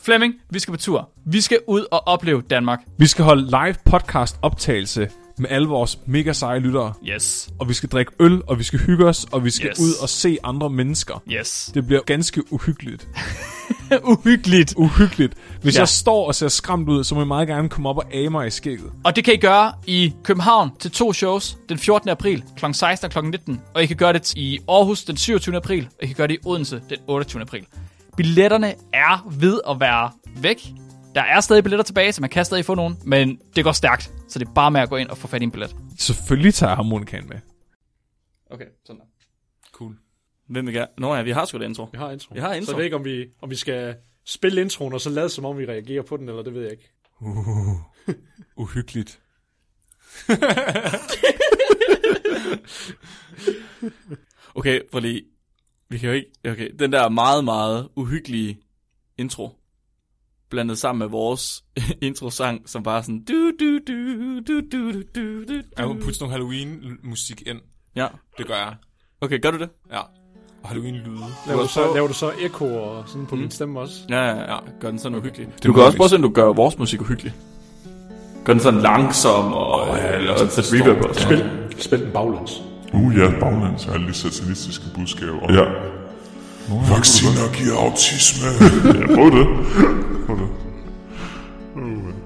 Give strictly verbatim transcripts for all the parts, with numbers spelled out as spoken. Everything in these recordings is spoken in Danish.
Flemming, vi skal på tur. Vi skal ud og opleve Danmark. Vi skal holde live podcast optagelse med alle vores mega seje lyttere. Yes. Og vi skal drikke øl, og vi skal hygge os, og vi skal yes. ud og se andre mennesker. Yes. Det bliver ganske uhyggeligt. uhyggeligt. Uhyggeligt. Hvis ja. jeg står og ser skræmt ud, så må jeg meget gerne komme op og age mig i skægget. Og det kan I gøre i København til to shows den fjortende april klokken seksten og klokken nitten. Og I kan gøre det i Aarhus den syvogtyvende april, og I kan gøre det i Odense den otteogtyvende april. Billetterne er ved at være væk. Der er stadig billetter tilbage, så man kan stadig få nogen, men det går stærkt, så det er bare med at gå ind og få fat i en billet. Selvfølgelig tager jeg harmonikaen med. Okay, sådan der. Cool. Hvem vil gerne? Nå ja, vi har sgu da intro. Vi har intro. Vi har intro. Så jeg ved ikke, om vi, om vi skal spille introen, og så lade som om vi reagerer på den, eller det ved jeg ikke. Uh, uhyggeligt. Okay, for lige. Vi kan jo ikke... Okay, den der meget, meget uhyggelige intro, blandet sammen med vores intro-sang, som bare sådan... Du, du, du, du, du, du, du, du. Jeg må putte nogle Halloween-musik ind. Ja. Det gør jeg. Okay, gør du det? Ja. Og Halloween-lyde. Laver du så, laver du så ekko og sådan på mm. min stemme også? Ja, ja, ja. Gør den sådan uhyggelig. Det du kan også prøve at du gør vores musik uhyggelig. Gør den sådan langsom og... Oh, ja, eller sådan sæt reverb og spil, spil den baglæns. Uh ja, baglæns er alle de satanistiske budskaber. Ja. Nå, vacciner giver autisme. Ja, prøv det. Prøv det. Uh.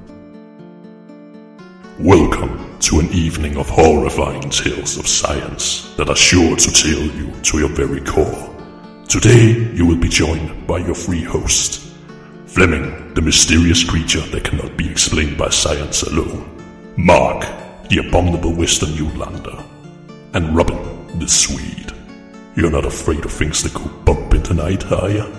Welcome to an evening of horrifying tales of science that are sure to tell you to your very core. Today you will be joined by your free host, Flemming, the mysterious creature that cannot be explained by science alone, Mark, the abominable Western Jutlander, and Robin, the Swede. You're not afraid of things that go bump in the night, are you?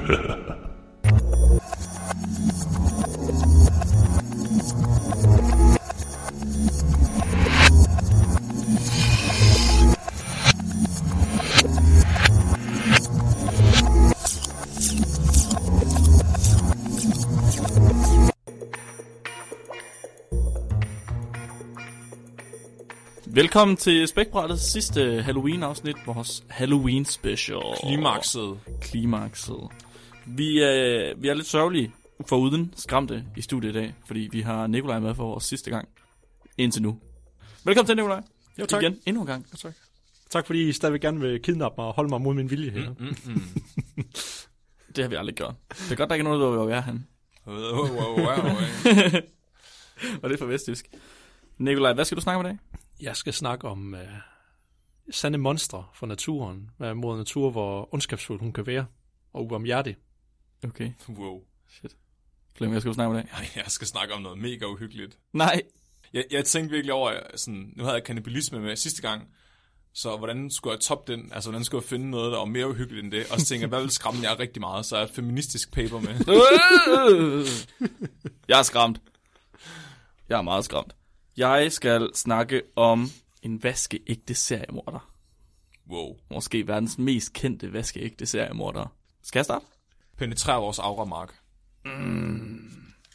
Velkommen til Spækbrættets sidste Halloween-afsnit, vores Halloween-special. Klimakset. Klimakset. Vi er, vi er lidt sørgelige for uden skræmte i studiet i dag, fordi vi har Nikolaj med for vores sidste gang indtil nu. Velkommen til, Nikolaj. Jo, tak. Igen, endnu en gang. Jo, tak. Tak, fordi I stadigvæk gerne vil kidnappe mig og holde mig mod min vilje her. Mm, mm, mm. Det har vi aldrig gjort. Det er godt, der ikke er noget, der vil være han. Wow, wow, wow. Og det er for vestjysk. Nikolaj, hvad skal du snakke om i dag? Jeg skal snakke om uh, sande monstre for naturen. Hvad mod natur, hvor ondskabsfuld hun kan være. Og ubarmhjertig. Okay. Wow. Shit. Flemming, hvad skal du snakke om i dag? Jeg skal snakke om noget mega uhyggeligt. Nej. Jeg, jeg tænkte virkelig over, sådan, nu havde jeg kannibalisme med sidste gang, så hvordan skulle jeg toppe den? Altså, hvordan skulle jeg finde noget, der var mere uhyggeligt end det? Og så tænkte jeg, hvad vil skræmme jer rigtig meget? Så er jeg et feministisk paper med. Jeg er skræmt. Jeg er meget skræmt. Jeg skal snakke om en vaskeægte seriemorder. Wow. Måske verdens mest kendte vaskeægte seriemorder. Skal jeg starte? Penetrer vores auramark. Mm.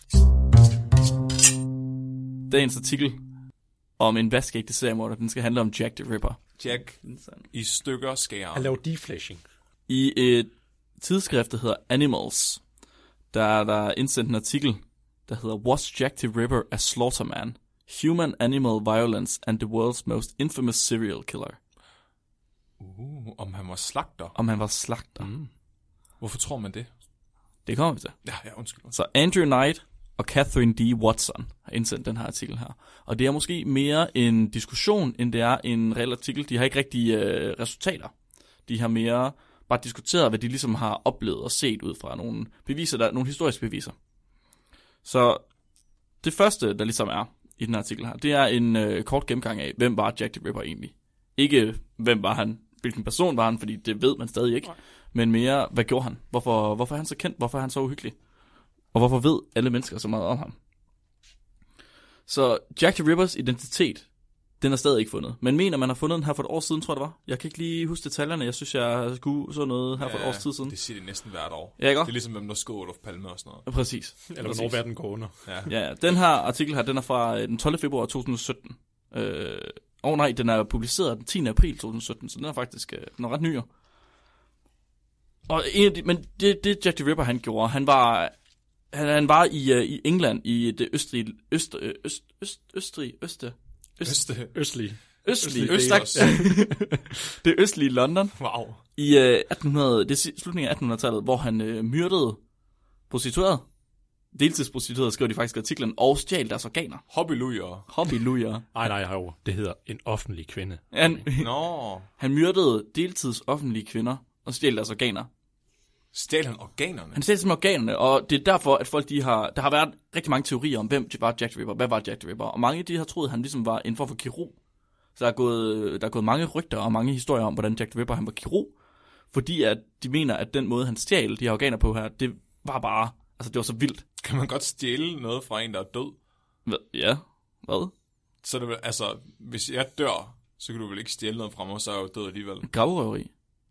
Dagens artikel om en vaskeægte seriemorder, den skal handle om Jack the Ripper. Jack i stykker skærer. Han laver deflashing. I et tidsskrift, der hedder Animals, der er der indsendt en artikel, der hedder Was Jack the Ripper a Slaughterman? Human Animal Violence and the World's Most Infamous Serial Killer. Uh, om han var slagter. Om han var slagter. Mm. Hvorfor tror man det? Det kommer vi til. Ja, ja, undskyld. Så Andrew Knight og Catherine D. Watson har indsendt den her artikel her. Og det er måske mere en diskussion, end det er en reel artikel. De har ikke rigtig øh, resultater. De har mere bare diskuteret, hvad de ligesom har oplevet og set ud fra nogle beviser, der, nogle historiske beviser. Så det første, der ligesom er i den artikel her, det er en øh, kort gennemgang af, hvem var Jack the Ripper egentlig. Ikke, hvem var han, hvilken person var han, fordi det ved man stadig ikke. Nej. Men mere, hvad gjorde han? Hvorfor, hvorfor er han så kendt? Hvorfor er han så uhyggelig? Og hvorfor ved alle mennesker så meget om ham? Så Jack the Rippers identitet, den er stadig ikke fundet. Men mener, man har fundet den her for et år siden, tror jeg det var. Jeg kan ikke lige huske detaljerne. Jeg synes, jeg skulle så noget her ja, for et års tid siden. Det siger de næsten hvert år. Ja, ikke? Det er ligesom, hvem der skår Olof Palme og sådan noget. Præcis. Eller hvornår verden går under. Ja. Ja, den her artikel her, den er fra den tolvte februar to tusind sytten. Øh, oh nej, den er publiceret den tiende april to tusind sytten, så den er faktisk øh, den er ret nyere. Og en af de, men det, det Jack the Ripper, han gjorde, han var Han, han var i, uh, i England, i det østlige, øst, øst, øst, øst, østrig, øste, øst, Øste. Østlig. østlige, Østlig. østlig, det østlige London, Wow. i uh, atten hundrede, det er slutningen af attenhundredetallet, hvor han uh, myrdede prostituerede, deltidsprostituerede, skrev de faktisk i artiklen, og stjal deres organer. Hobbylujer. Hobbylujer. Nej, nej, jo. Det hedder en offentlig kvinde. Han, Nå. han myrdede deltids offentlige kvinder og stjal deres organer. Stjal han organerne? Han stjal simpelthen organerne, og det er derfor, at folk de har... Der har været rigtig mange teorier om, hvem var Jack the Ripper, hvad var Jack the Ripper, og mange af de har troet, at han ligesom var en form for kirurg. Så der er, gået, der er gået mange rygter og mange historier om, hvordan Jack the Ripper han var kirurg, fordi at de mener, at den måde, han stjal de her organer på her, det var bare... Altså, det var så vildt. Kan man godt stjæle noget fra en, der er død? Hvad? Ja, hvad? Så det vil, altså, hvis jeg dør, så kan du vel ikke stjæle noget fra mig, så er jeg jo død alligevel. Gravrøveri.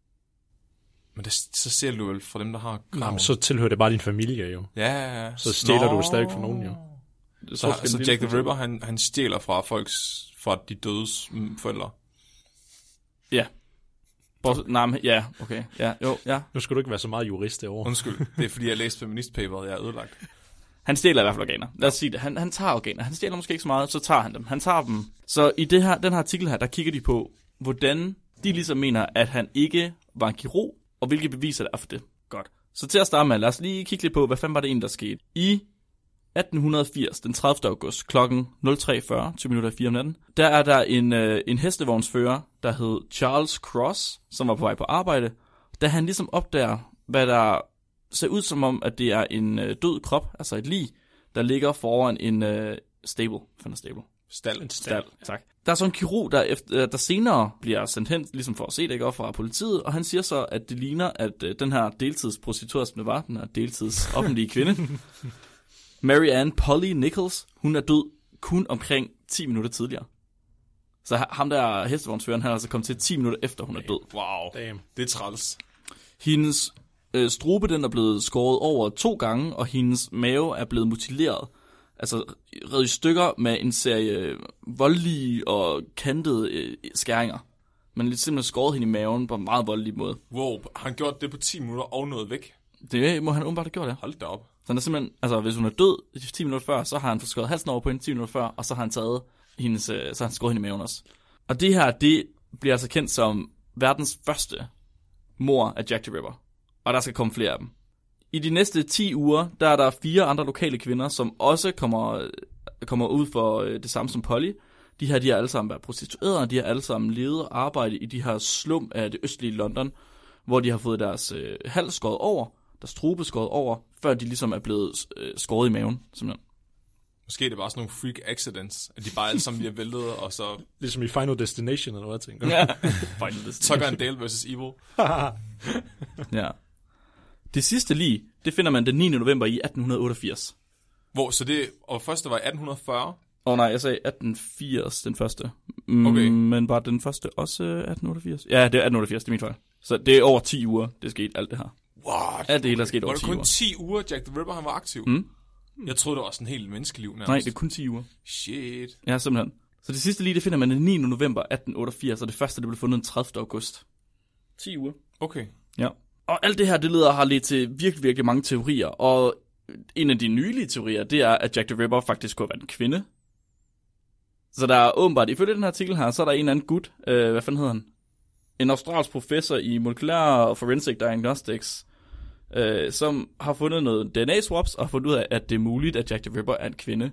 Men det, så stjæler du vel fra dem, der har grav. Nå, men så tilhører det bare din familie, jo. Ja, ja, ja. Så stjæler du stadig fra nogen, jo. Det Så, så Jack the Ripper, han, han stjæler fra folks, fra de dødes mm, forældre. Ja. Bortset, nej, men, ja, okay. Ja, jo, ja. Nu skal du ikke være så meget jurist derovre. Undskyld, det er fordi, jeg læste feministpaperet, jeg er ødelagt. Han stjæler i hvert fald organer. Lad os sige det. Han, han tager organer. Han stjæler måske ikke så meget, så tager han dem. Han tager dem. Så i det her, den her artikel her, der kigger de på, hvordan de ligesom mener, at han ikke var en kirurg, og hvilke beviser der er for det. Godt. Så til at starte med, lad os lige kigge lidt på, hvad fanden var det egentlig, der skete. I atten firs, den tredivte august, klokken nul tre fyrre, tyve minutter i fire om natten, der er der en, øh, en hestevognsfører, der hed Charles Cross, som var på vej på arbejde, da han ligesom opdager, hvad der ser ud som om, at det er en øh, død krop, altså et lig, der ligger foran en øh, stable. Fandt stable? Stald. Stald, tak. Der er så en kirurg, der, efter, der senere bliver sendt hen, ligesom for at se det, ikke, fra politiet, og han siger så, at det ligner, at øh, den her deltidsprostitueret, som det var, den her deltids offentlige kvinde, Mary Ann Polly Nichols, hun er død kun omkring ti minutter tidligere. Så ham der hestevognsføreren, han er altså kommet til ti minutter efter, hun er død. Wow, Damn. det er træls. Hendes øh, strube, den er blevet skåret over to gange, og hendes mave er blevet mutileret. Altså revet i stykker med en serie voldelige og kantede øh, skæringer. Man har simpelthen skåret hende i maven på en meget voldelig måde. Wow, har han gjort det på ti minutter og noget væk? Det må han åbenbart have gjort, ja. Hold da op. Så han er simpelthen, altså hvis hun er død ti minutter før, så har han forskåret halsen over på hende ti minutter før, og så har han taget hendes, øh, så har han skåret hende i maven også. Og det her, det bliver altså kendt som verdens første mord af Jack the Ripper. Og der skal komme flere af dem. I de næste ti uger, der er der fire andre lokale kvinder, som også kommer, kommer ud for øh, det samme som Polly. De her, de har alle sammen været prostituerede, og de har alle sammen levet og arbejdet i de her slum af det østlige London, hvor de har fået deres øh, hals skåret over, deres strube skåret over, før de ligesom er blevet øh, skåret i maven, simpelthen. Måske er det bare sådan nogle freak accidents, at de bare alle sammen bliver væltet, og så Ligesom i Final Destination, eller hvad tænker du? Ja. Tucker and Dale versus Evil. Ja. Det sidste lig, det finder man den niende november i atten otteogfirs. Hvor, så det, og første var i atten fyrre. Åh oh, nej, jeg sagde atten firs, den første. Mm, Okay. Men var den første også atten otteogfirs? Ja, det er atten otteogfirs, det er min fejl. Så det er over ti uger, det skete alt det her. What? Alt det hele er sket Var over det ti kun uger. ti uger, Jack the Ripper han var aktiv? Mm. Jeg troede, det var sådan helt menneskeliv nærmest. Nej, det er kun ti uger. Shit. Ja, simpelthen. Så det sidste lige, det finder man den niende november atten otteogfirs, og det første, det blev fundet den tredivte august. ti uger. Okay. Ja. Og alt det her, det leder har lidt til virkelig, virkelig mange teorier. Og en af de nylige teorier, det er, at Jack the Ripper faktisk kunne være en kvinde. Så der er åbenbart, ifølge den her artikel her, så er der en eller anden gut, øh, hvad fanden hedder han? En australsk professor i molekylær og forensic diagnostics, øh, som har fundet noget D N A-swaps og har fundet ud af, at det er muligt, at Jack the Ripper er en kvinde.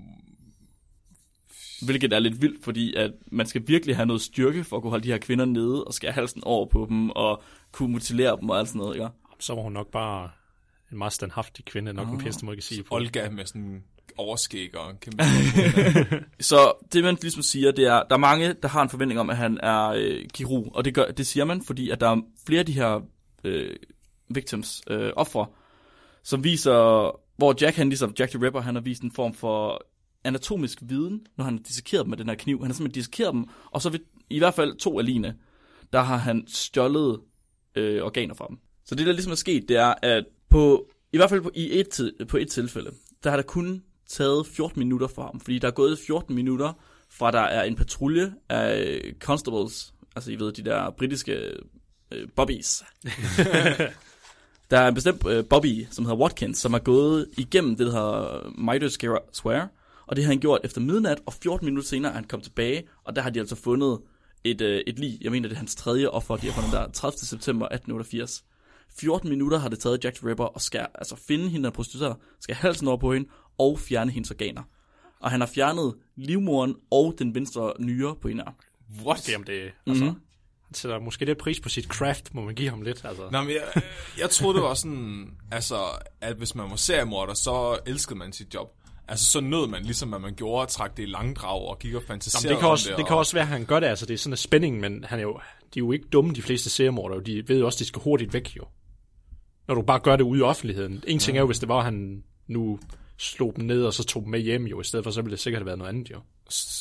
Hvilket er lidt vildt, fordi at man skal virkelig have noget styrke for at kunne holde de her kvinder nede og skære halsen over på dem og kunne mutilere dem og alt sådan noget, ikke? Så var hun nok bare en meget standhaftig kvinde, nok den pæste måde, jeg kan sige på. Olga med sådan overskæg og en kæmpe... Så det man ligesom siger, det er, der er mange, der har en forventning om, at han er øh, kirurg, og det, gør, det siger man, fordi at der er flere af de her øh, victims, øh, ofre, som viser, hvor Jack, han ligesom, Jack the Ripper, han har vist en form for anatomisk viden, når han har dissekeret dem med den her kniv. Han har simpelthen dissekeret dem, og så ved, i hvert fald to af ligene, der har han stjålet øh, organer fra dem. Så det, der ligesom er sket, det er, at på, i hvert fald på, i et, på et tilfælde, der har der kun taget fjorten minutter for ham, fordi der er gået fjorten minutter fra der er en patrulje af constables, altså I ved, de der britiske øh, bobbies, Der er en bestemt uh, Bobby, som hedder Watkins, som er gået igennem det, der hedder Midas Square, og det har han gjort efter midnat, og fjorten minutter senere er han kommet tilbage, og der har de altså fundet et, uh, et lig. Jeg mener, det er hans tredje offer, de har fundet der tredivte september atten otteogfirs. fjorten minutter har det taget Jack the Ripper og skal altså finde hende, der prostitueret, skal halsen over på hende og fjerne hendes organer. Og han har fjernet livmoderen og den venstre nyre på hende. What? Jamen det, altså, mm-hmm. Han sætter måske lidt pris på sit craft, må man give ham lidt. Altså. Nå, men jeg, jeg troede, det var sådan, altså, at hvis man var seriemorder, så elskede man sit job. Altså, så nød man, ligesom at man gjorde, at trække det i langdrag og gik og fantaserede. Jamen, det kan også, det, det kan også være, at han gør det. Altså, det er sådan en spænding, men han er jo, de er jo ikke dumme, de fleste seriemordere. De ved jo også, at de skal hurtigt væk, jo. Når du bare gør det ude i offentligheden. En ting ja. er jo, hvis det var, han nu slog dem ned, og så tog dem med hjem, jo. I stedet for, så ville det sikkert have været noget andet, jo.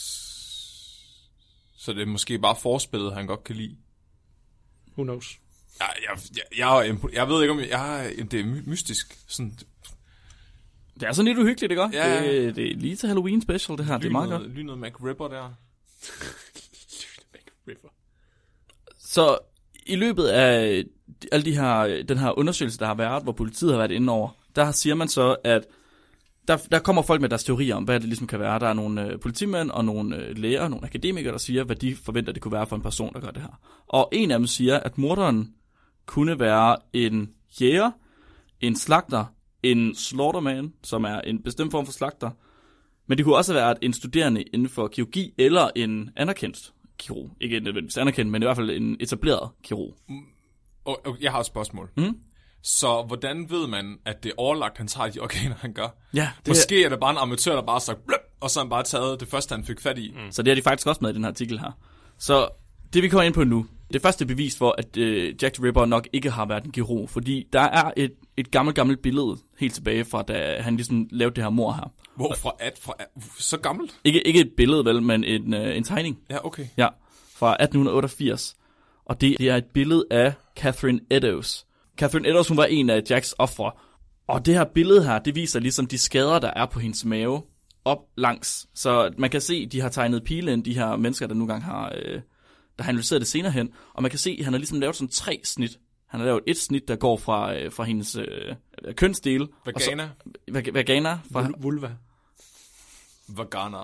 Så det er måske bare forspillet, han godt kan lide. Who knows? Jeg, jeg, jeg, jeg, jeg ved ikke, om jeg, jeg, det er mystisk. Sådan, det er sådan lidt uhyggeligt, ikke? Ja. Det, det er lige til Halloween special, det her. Det er meget godt. Lynet McRipper der. McRipper. Så i løbet af alle de her, den her undersøgelse, der har været, hvor politiet har været inde over, der siger man så, at der, der kommer folk med deres teorier om, hvad det ligesom kan være. Der er nogle øh, politimænd og nogle øh, læger, nogle akademikere, der siger, hvad de forventer, det kunne være for en person, der gør det her. Og en af dem siger, at morderen kunne være en jæger, en slagter, en slaughterman, som er en bestemt form for slagter, men det kunne også være en studerende inden for kirurgi, eller en anerkendt kirurg. Ikke nødvendigvis anerkendt, men i hvert fald en etableret kirurg. Og, og jeg har et spørgsmål. Mm? Så hvordan ved man, at det er overlagt, han tager de organer, han gør? Ja, det Måske er det bare en amatør, der bare har sagt bløp, og så har han bare taget det første, han fik fat i. Mm. Så det har de faktisk også med i den her artikel her. Så det vi kommer ind på nu, det første bevis for, at øh, Jack the Ripper nok ikke har været en kirurg, fordi der er et, et gammelt, gammelt billede helt tilbage fra, da han ligesom lavede det her mord her. Hvor? Fra at? Fra at så gammelt? Ikke, ikke et billede, vel, men en, øh, en tegning. Ja, okay. Ja, fra atten otteogfirs. Og det, det er et billede af Catherine Eddowes. Catherine Eddowes, hun var en af Jacks ofre. Og det her billede her, det viser ligesom de skader, der er på hendes mave op langs. Så man kan se, de har tegnet pile ind, de her mennesker, der nu gang har, øh, der har analyseret det senere hen. Og man kan se, at han har ligesom lavet sådan tre snit. Han har lavet et snit, der går fra, øh, fra hendes øh, kønsdel. Vagana. Så, vag, vagana. Fra, Vul- vulva. Vagana.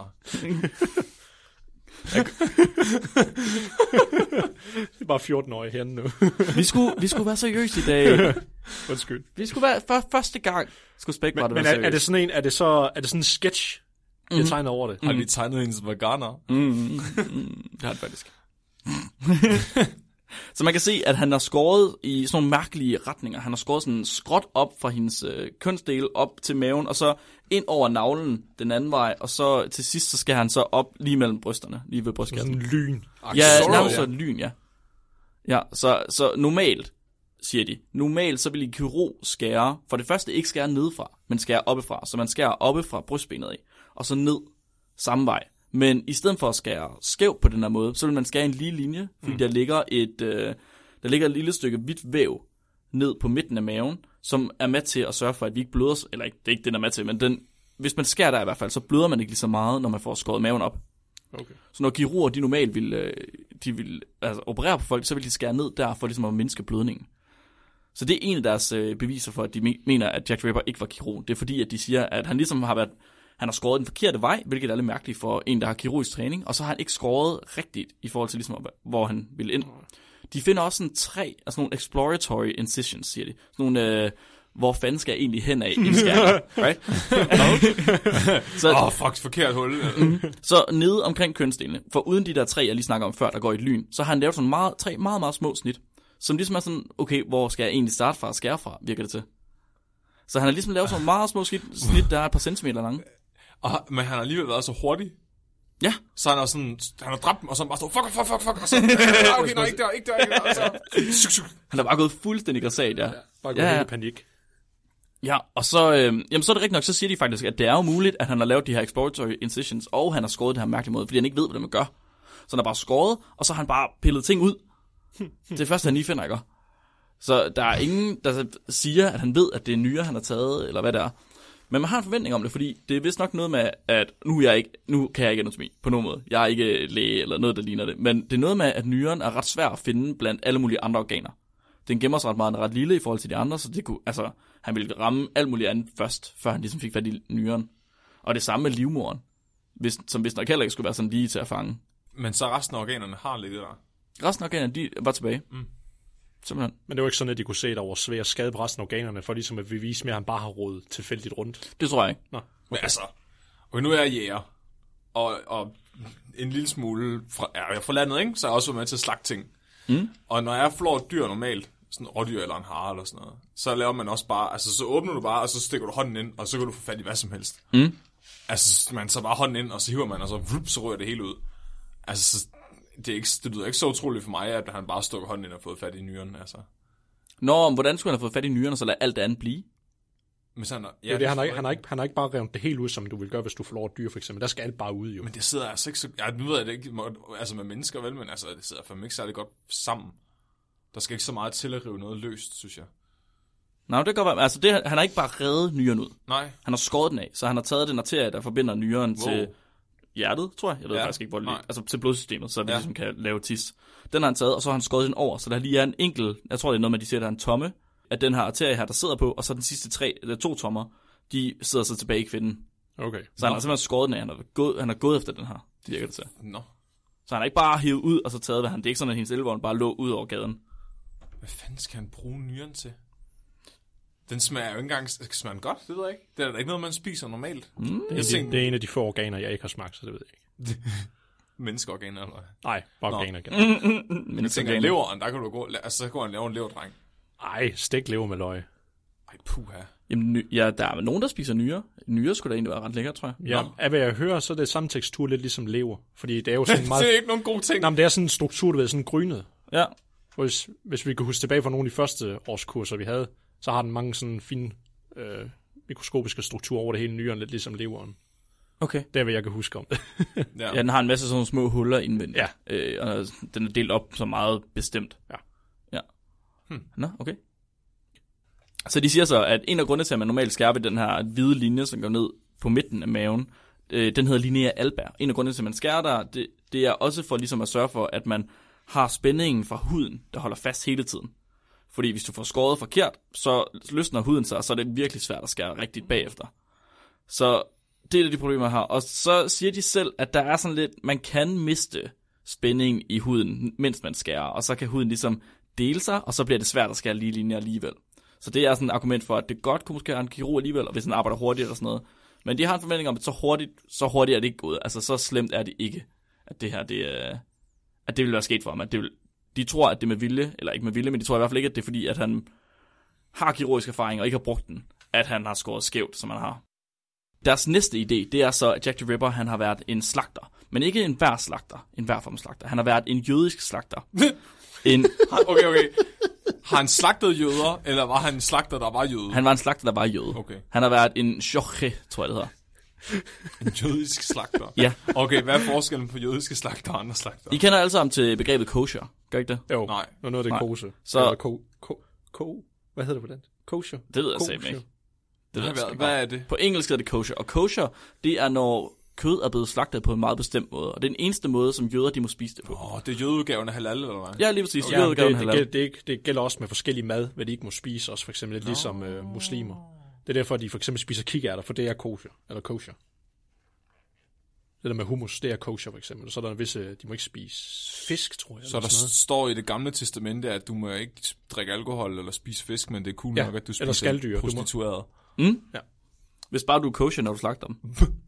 Det er bare fjorten-årige herinde nu. vi, skulle, vi skulle være seriøse i dag. Undskyld. Vi skulle være for første gang. Skulle Spækbræt Men, men er, er det sådan en, er det så, er det sådan en sketch, de har tegnet over det? Har de tegnet hendes vagana? Mm, mm, mm, det har det faktisk. Så man kan se, at han har skåret i sådan nogle mærkelige retninger. Han har skåret sådan skråt op fra hendes øh, kønsdel op til maven, og så ind over navlen den anden vej, og så til sidst så skal han så op lige mellem brysterne, lige ved brystkassen. Sådan en lyn. Ja, nærmest sådan en lyn, ja. Ja, så, så normalt, siger de, normalt så vil en kirurg skære, for det første ikke skære nedefra, men skære oppefra. Så man skærer oppe fra brystbenet af, og så ned samme vej. Men i stedet for at skære skævt på den her måde, så vil man skære en lige linje, fordi mm. der ligger et øh, der ligger et lille stykke hvidt væv ned på midten af maven, som er med til at sørge for, at vi ikke bløder, eller ikke, det er ikke den er med til, men den, hvis man skærer der i hvert fald, så bløder man ikke lige så meget, når man får skåret maven op. Okay. Så når kirurger, de normalt vil, de vil altså, operere på folk, så vil de skære ned der, for ligesom at mindske blødningen. Så det er en af deres øh, beviser for, at de mener, at Jack the Ripper ikke var kirurg. Det er fordi, at de siger, at han ligesom har været han har skåret den forkerte vej, hvilket er lidt mærkeligt for en, der har kirurgisk træning, og så har han ikke skåret rigtigt i forhold til, ligesom, hvor han ville ind. De finder også sådan tre, altså nogle exploratory incisions, siger de. Sådan nogle, øh, hvor fanden skal jeg egentlig hen af indskæringer, right? Åh, oh, fuck, forkert hul. mm, så nede omkring kønsdelene, for uden de der tre, jeg lige snakker om før, der går i et lyn, så har han lavet sådan meget, tre meget, meget små snit, som ligesom er sådan, okay, hvor skal jeg egentlig starte fra og skære fra, virker det til. Så han har ligesom lavet sådan meget små snit, der er et par centimeter lange. Og, men han har alligevel været så hurtig. Ja. Så han har sådan, han har dræbt dem, og så bare stået, fuck, fuck, fuck, fuck, og så, okay, nej, ikke der, ikke der, ikke der, og så, han har bare gået fuldstændig græsat, ja. ja. Bare gået ja, helt i panik. Ja, og så, øh, jamen så er det rigtigt nok, så siger de faktisk, at det er jo muligt, at han har lavet de her exploratory incisions, og han har skåret det her mærkelige måde, fordi han ikke ved, hvad man gør. Så han har bare skåret, og så har han bare pillet ting ud. Det er først, han lige finder, ikke? Så der er ingen, der siger, at han ved, at det er nyere, han har taget, eller hvad det er. Men man har en forventning om det, fordi det er vist nok noget med, at nu, er jeg ikke, nu kan jeg ikke anatomi på nogen måde. Jeg er ikke læge eller noget, der ligner det. Men det er noget med, at nyren er ret svær at finde blandt alle mulige andre organer. Den gemmer sig ret meget, den er ret lille i forhold til de andre, så det kunne, altså, han ville ramme alt muligt andet først, før han ligesom fik fat i nyren. Og det samme med livmoderen, hvis, som hvis nok heller ikke skulle være sådan lige til at fange. Men så resten af organerne har ligget der? Resten af organerne, de var tilbage. Mm. Simpelthen. Men det var ikke sådan, at de kunne se, at der var svært at skade på resten af organerne, for ligesom at bevise mere, at han bare har rodet tilfældigt rundt. Det tror jeg ikke. Nå, okay. Men altså, og nu er jeg jæger, og, og en lille smule fra, ja, jeg er fra landet, ikke? Så er jeg også været med til at slagte ting. Mm. Og når jeg flår et dyr normalt, sådan en rådyr eller en hare eller sådan noget, så laver man også bare, altså så åbner du bare, og så stikker du hånden ind, og så kan du få fat i hvad som helst. Mm. Altså, man så bare hånden ind, og så hiver man, og så, vrup, så rører det hele ud. Altså, så, det, er ikke, det lyder ikke så utroligt for mig, at han bare stukker hånden ind og fået fat i nyren, altså. Nå, men hvordan skulle han have fået fat i nyrerne, og så lade alt det andet blive? Men sådan, ja, Ja, det, han, har ikke, han, har ikke, han har ikke bare revet det helt ud, som du vil gøre, hvis du forlorer et dyr, for eksempel. Der skal alt bare ud, jo. Men det sidder altså ikke så... Ja, nu ved jeg det ikke, altså med mennesker, vel, men altså, det sidder fandme ikke særlig godt sammen. Der skal ikke så meget til at rive noget løst, synes jeg. Nå, det kan godt være. Altså, det, han har ikke bare revet nyren ud. Nej. Han har skåret den af, så han har taget den arterie, der forbinder nyren Wow. til hjertet, tror jeg. Jeg ved Ja. faktisk ikke, hvor det Nej. ligger. Altså til blodsystemet, så det Ja. ligesom kan lave tis. Den har han taget, og så har han skåret den over, så der lige er en enkelt, jeg tror det er noget med, de siger, der er en tomme, at den her arterie her, der sidder på, og så den sidste tre, eller to tommer, de sidder så tilbage i kvinden. Okay. Så han har simpelthen skåret den af, han har gået, han har gået efter den her, det virker det til. Nå. Så han har ikke bare hivet ud, og så taget hvad han. Det er ikke sådan, at hendes elvogn bare lå ud over gaden. Hvad fanden skal han bruge nyren til? Den smager jo ikke engang... Smager den godt? Det ved jeg ikke. Det er da ikke noget, man spiser normalt. Mm. Det er, Jeg tænkte, det er en af de få organer, jeg ikke har smagt, så det ved jeg ikke. menneskeorganer, eller hvad? Nej, bare Nå. organer igen. Men Jeg tænker, leveren, der kan du gå... Altså, så går han lave en leverdreng. Ej, stik lever med løg. Ej, puha. Jamen, ny, ja, der er nogen, der spiser nyre. Nyre skulle da egentlig være ret lækker, tror jeg. Ja, Nå. af hvad jeg hører, så er det samme tekstur lidt ligesom lever. Fordi det er jo sådan meget... Det er ikke nogen god ting. Nej, men det er sådan en struktur, du ved, sådan grynet. Ja. Hvis, hvis vi kan huske tilbage fra nogle af de første årskurser, vi havde, så har den mange sådan fine øh, mikroskopiske strukturer over det hele nyren, lidt ligesom leveren. Okay. Det er, hvad jeg kan huske om det. Ja. Ja, den har en masse sådan nogle små huller indvendigt. Ja. Øh, og den er delt op så meget bestemt. Ja. Ja. Hmm. Nå, okay. Så de siger så, at en af grundene til, at man normalt skærper den her hvide linje, som går ned på midten af maven, øh, den hedder linea alba. En af grundene til, at man skærer der, det, det er også for ligesom at sørge for, at man har spændingen fra huden, der holder fast hele tiden. Fordi hvis du får skåret forkert, så løsner huden sig, og så er det virkelig svært at skære rigtigt bagefter. Så det er det, de problemer har. Og så siger de selv, at der er sådan lidt, man kan miste spænding i huden, mens man skærer, og så kan huden ligesom dele sig, og så bliver det svært at skære lige linjer alligevel. Så det er sådan et argument for, at det godt kunne måske have en kirurg alligevel, og hvis han arbejder hurtigt eller sådan noget. Men de har en forventning om, at så hurtigt, så hurtigt er det ikke gået. Altså så slemt er det ikke, at det her, det, at det vil være sket for ham. At det vil, de tror, at det er med vilje, eller ikke med vilje, men de tror i hvert fald ikke, at det er fordi, at han har kirurgisk erfaring og ikke har brugt den, at han har skåret skævt, som han har. Deres næste idé, det er så, at Jack the Ripper, han har været en slagter. Men ikke en hver slagter, en hver form slagter. Han har været en jødisk slagter. en, Okay, okay. Har han slagtet jøder, eller var han en slagter, der var jøde? han var en slagter, der var jøde. Okay. Han har været en shoche, tror jeg det hedder. En jødisk slagter? Ja. Okay, hvad er forskellen på jødiske slagter og andre slagter? I kender alle sammen til begrebet kosher, gør ikke det? Jo, Nej. nu er noget af det Nej. kose. Så- Eller ko, ko, ko, hvad hedder det på den? Kosher? Det ved jeg Kosher. simpelthen ikke. Det ved jeg Hvad, sgu hvad ikke. er det? På engelsk er det kosher, og kosher, det er når kød er blevet slagtet på en meget bestemt måde, og det er den eneste måde, som jøder de må spise det på. Åh, oh, det er jødeudgaven af halal, eller hvad? Ja, lige præcis. Ja, Jødeudgaven det, det, halal. gælder, det, ikke, det gælder også med forskellige mad, hvad de ikke må spise, også for eksempel lidt ligesom øh, muslimer. Det er derfor, at de for eksempel spiser kikærter, for det er kosher, eller kosher. Det der med hummus, det er kosher for eksempel. Så er der en visse, de må ikke spise fisk, tror jeg. Så der står i det gamle testamente, at du må ikke drikke alkohol eller spise fisk, men det er cool Ja, nok, at du eller spiser skaldyr. Du må- prostitueret. Mm? Ja. Hvis bare du er kosher, når du slagter dem.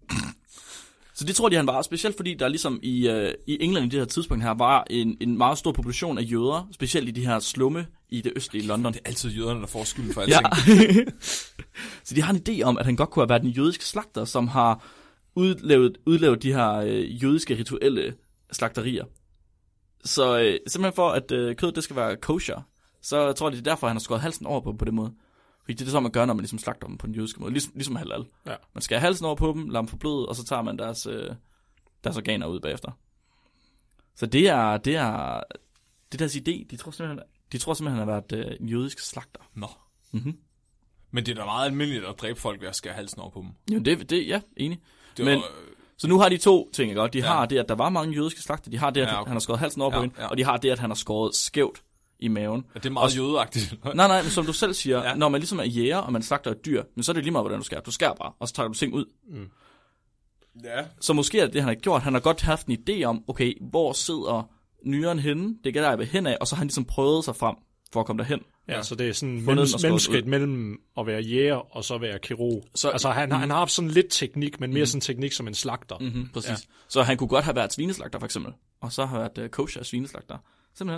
Så det tror de, han var, specielt fordi der ligesom i, øh, i England i det her tidspunkt her, var en, en meget stor population af jøder, specielt i de her slumme i det østlige London. Det er altid jøderne, der får skylden for Ja. alting. Så de har en idé om, at han godt kunne have været en jødisk slagter, som har udlavet, udlavet de her øh, jødiske rituelle slagterier. Så øh, simpelthen for, at øh, kødet det skal være kosher, så tror jeg, det er derfor, han har skåret halsen over på på den måde. Fordi det er det, som man gør, når man ligesom slagter dem på den jødiske måde. Ligesom, ligesom halal. Ja. Man skal have halsen over på dem, lade dem få blod, og så tager man deres, øh, deres organer ud bagefter. Så det er, det er, det er deres idé. De tror simpelthen, de tror simpelthen han har været øh, en jødisk slagter. Nå. Mm-hmm. Men det er da meget almindeligt at dræbe folk ved at skære halsen over på dem. Jamen det, det, ja, enig. Det Men- var, Så nu har de to ting, ikke? De Ja. har det, at der var mange jødiske slagter. De har det, at Ja, okay. han har skåret halsen over på Ja, hende. ja. Og de har det, at han har skåret skævt i maven. Ja, det er meget jødeagtigt. Nej, nej, men som du selv siger, Ja. ja. når man ligesom er jæger, og man slagter et dyr, men så er det lige meget, hvordan du skærer. Du skærer bare, og så tager du ting ud. Mm. Ja. Så måske er det det, han har gjort. Han har godt haft en idé om, okay, hvor sidder nyren henne? Det er der, jeg vil hen af, og så har han ligesom prøvet sig frem for at komme derhen. Ja, så det er sådan Fundet mellem, den og skåret mellemskridt ud. mellem at være jæger og så være kirurg. Så- altså han, han har haft sådan lidt teknik, men mere mm. sådan teknik som en slagter. Mm-hmm, præcis. Ja. Så han kunne godt have været svineslagter, for eksempel. Og så har været uh, kosher svineslagter. Simpelthen.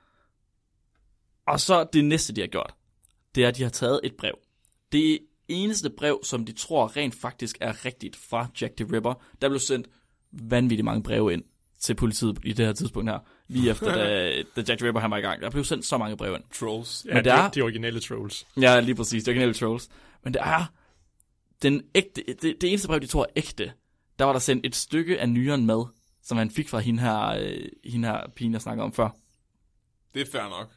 Og så det næste, de har gjort, det er, at de har taget et brev. Det eneste brev, som de tror rent faktisk er rigtigt fra Jack the Ripper, der blev sendt vanvittigt mange breve ind til politiet i det her tidspunkt her. Lige efter, da, da Jack the Ripper han var i gang. Der blev sendt så mange breve ind. Trolls. Ja, Men det der er er- de originale trolls. Ja, lige præcis. Det er originale trolls. Men det er den ægte, det, det eneste brev, de tror er ægte. Der var der sendt et stykke af nyren med, som han fik fra hende her, øh, hende her pigen, jeg snakker om før. Det er fair nok.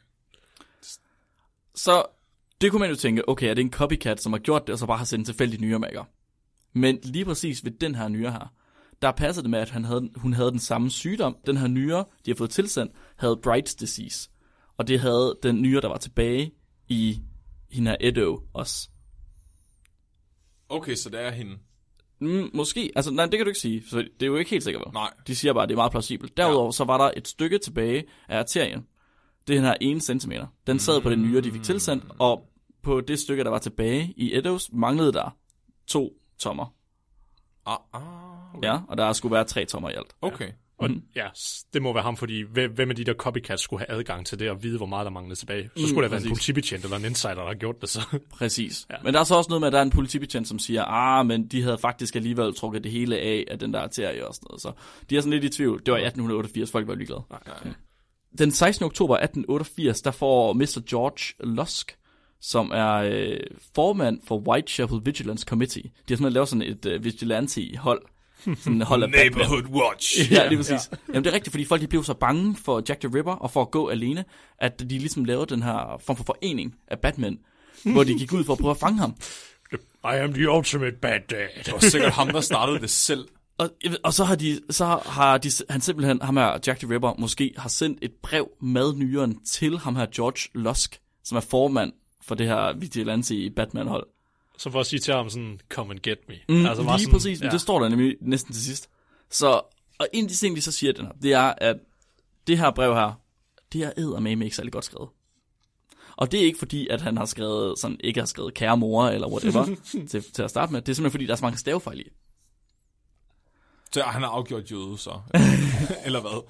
Så det kunne man jo tænke, okay, er det en copycat, som har gjort det, og så bare har sendt en tilfældig nyremærker? Men lige præcis ved den her nyre her, der passede det med, at han havde, hun havde den samme sygdom. Den her nyre, de har fået tilsendt, havde Bright's disease. Og det havde den nyre, der var tilbage i hende her Edo også. Okay, så det er hende. Mm, måske. Altså, nej, det kan du ikke sige. Så det er jo ikke helt sikkert, vel? Nej. De siger bare, at det er meget plausibelt. Derudover så var der et stykke tilbage af arterien. Det er den her ene centimeter. Den sad på den nyre, de fik tilsendt, og på det stykke, der var tilbage i Edos, manglede der to tommer. Ah, ah. Ja, og der skulle være tre tommer i alt. Okay. Og ja, s- det må være ham, fordi hvem hvem af de der copycats skulle have adgang til det og vide, hvor meget der manglede tilbage? Så Mm, skulle der være præcis. en politibetjent eller en insider, der har gjort det så. Præcis. Ja. Ja. Men der er så også noget med, at der er en politibetjent, som siger, ah, men de havde faktisk alligevel trukket det hele af, af den der arterie og sådan noget. Så de er sådan lidt i tvivl. Det var i atten otteogfirs, folk var ligeglade. Ja. Den sekstende oktober atten otteogfirs, der får mister George Lusk, som er øh, formand for Whitechapel Vigilance Committee. De har simpelthen lavet sådan et øh, vigilante-hold. Sådan et hold af Batman. Neighborhood Watch. Ja, lige præcis. Ja. Jamen det er rigtigt, fordi folk de blev så bange for Jack the Ripper og for at gå alene, at de ligesom lavede den her form for forening af Batman, hvor de gik ud for at prøve at fange ham. I am the ultimate bad dad. Det var sikkert ham, der startede det selv. Og, og så har de, så har de, han simpelthen, ham her Jack the Ripper, måske har sendt et brev med nyren til ham her George Lusk, som er formand for det her vigilante i Batman-hold. Så for at sige til ham sådan, come and get me. Mm, altså, bare lige sådan, præcis, men det står der nemlig næsten til sidst. Så, og en af de ting, de så siger den her, det er, at det her brev her, det er eddermame ikke særlig godt skrevet. Og det er ikke fordi, at han har skrevet, sådan, ikke har skrevet kære mor, eller whatever, til, til at starte med. Det er simpelthen fordi, der er så mange stavefejl i. Så han har afgjort jøde, så. Eller hvad?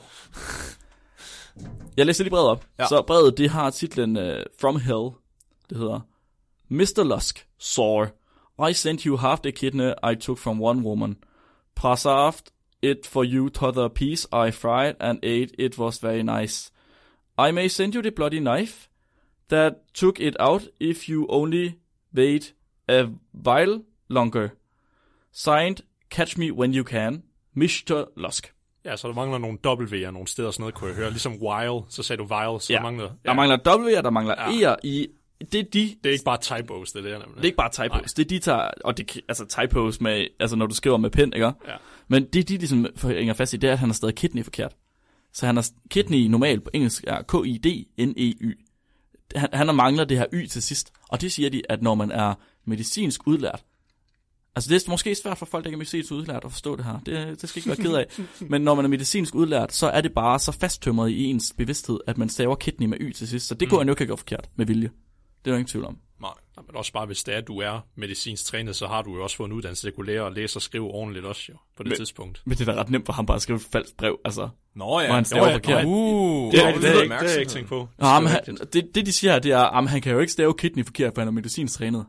Jeg læser lige brevet op. Ja. Så brevet, det har titlen uh, From Hell. Det hedder, mister Lusk, sore. I sent you half the kidney I took from one woman. Preserved it for you t'other piece I fried and ate. It was very nice. I may send you the bloody knife that took it out if you only wait a while longer. Signed, catch me when you can, mister Lusk. Ja, så der mangler nogle W'er nogle steder og sådan noget, kunne jeg høre. Ligesom while, så sagde du while, så Ja. der mangler... Der mangler W'er, der mangler Ja. E'er i... Det er de... Det er ikke bare typos, det er det, nemlig. Det er ikke bare typos, det er de tager, og det, altså typos med, altså når du skriver med pen, ikke? Ja. Men det de ligesom hænger fast i, det er, at han har stadig kidney forkert. Så han har kidney normalt på engelsk er K I D N E Y. Han, han har mangler det her Y til sidst, og det siger de, at når man er medicinsk udlært, altså det er måske svært for folk, der ikke er medicinsk udlært at forstå det her, det, det skal ikke være ked af, men når man er medicinsk udlært, så er det bare så fasttømret i ens bevidsthed, at man staver kidney med Y til sidst, så det går han jo ikke at gøre forkert med vilje. Det er jo ingen tvivl om. Nej. Ja, men også bare, hvis det er, at du er medicinsk trænet, så har du jo også fået en uddannelse, der kunne lære at læse og skrive ordentligt også, jo, på det Men- tidspunkt. Men det er da ret nemt for ham bare at skrive et falsk brev, altså. Nå ja. Hvor han staver Nå, ja. forkert. Uh, Det er, nå, det, det, er, lyder ikke, det er jeg ikke tænkt på. Nå, men Det er han, rigtigt. det, det de siger her, det er, at han kan jo ikke stave kidney forkert, for han er medicinsk trænet.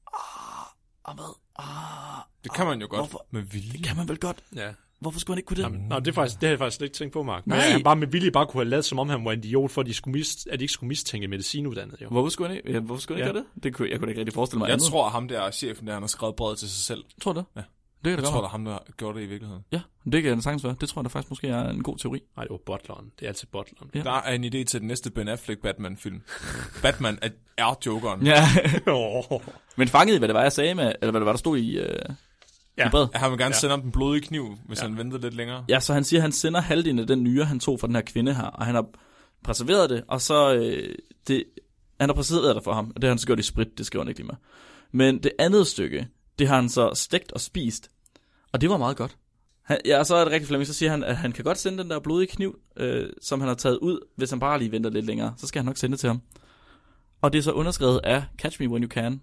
Ah, hvad? Ah, Det kan man jo godt Hvorfor? med vilje. det kan man vel godt. Ja. Hvorfor skulle han ikke kunne det? Jamen, nej, det, er faktisk, det har jeg faktisk slet ikke tænkt på, Mark. Men Nej. han bare med vilje bare kunne have lavet, som om han var en idiot, for at de, skulle mis, at de ikke skulle mistænke medicinuddannet. Jo. Hvorfor skulle han ikke, ja, hvorfor skulle han ikke Ja. gøre det? Det kunne, jeg kunne da ikke rigtig forestille mig Jeg andet. tror, at ham der chefen der, han har skrevet brevet til sig selv. tror det? Ja. Det kan Jeg det tror, godt det er ham, der gjorde det i virkeligheden. være. Ja, det kan det sagtens være. Det tror jeg da faktisk måske er en god teori. Nej, det var butleren. Det er altid butleren. Ja. Der er en idé til den næste Ben Affleck Batman-film. Batman er, er jokeren. Ja, Oh. men fanget i, hvad det var, jeg sagde med, eller hvad det var, der stod i, øh, Ja. i brevet. Han vil gerne Ja. sende ham den blodige kniv, hvis Ja. han ventede lidt længere. Ja, så han siger, at han sender halvdelen af den nyre, han tog fra den her kvinde her, og han har preserveret det, og så... Øh, det, han har preserveret det for ham, og det har han så gjort i sprit, det skriver han ikke lige med. Men det andet stykke, det har han så stegt og spist, og det var meget godt. Han, ja, så er det rigtig Flemming, så siger han, at han kan godt sende den der blodige kniv, øh, som han har taget ud, hvis han bare lige venter lidt længere. Så skal han nok sende det til ham. Og det er så underskrevet af Catch Me When You Can.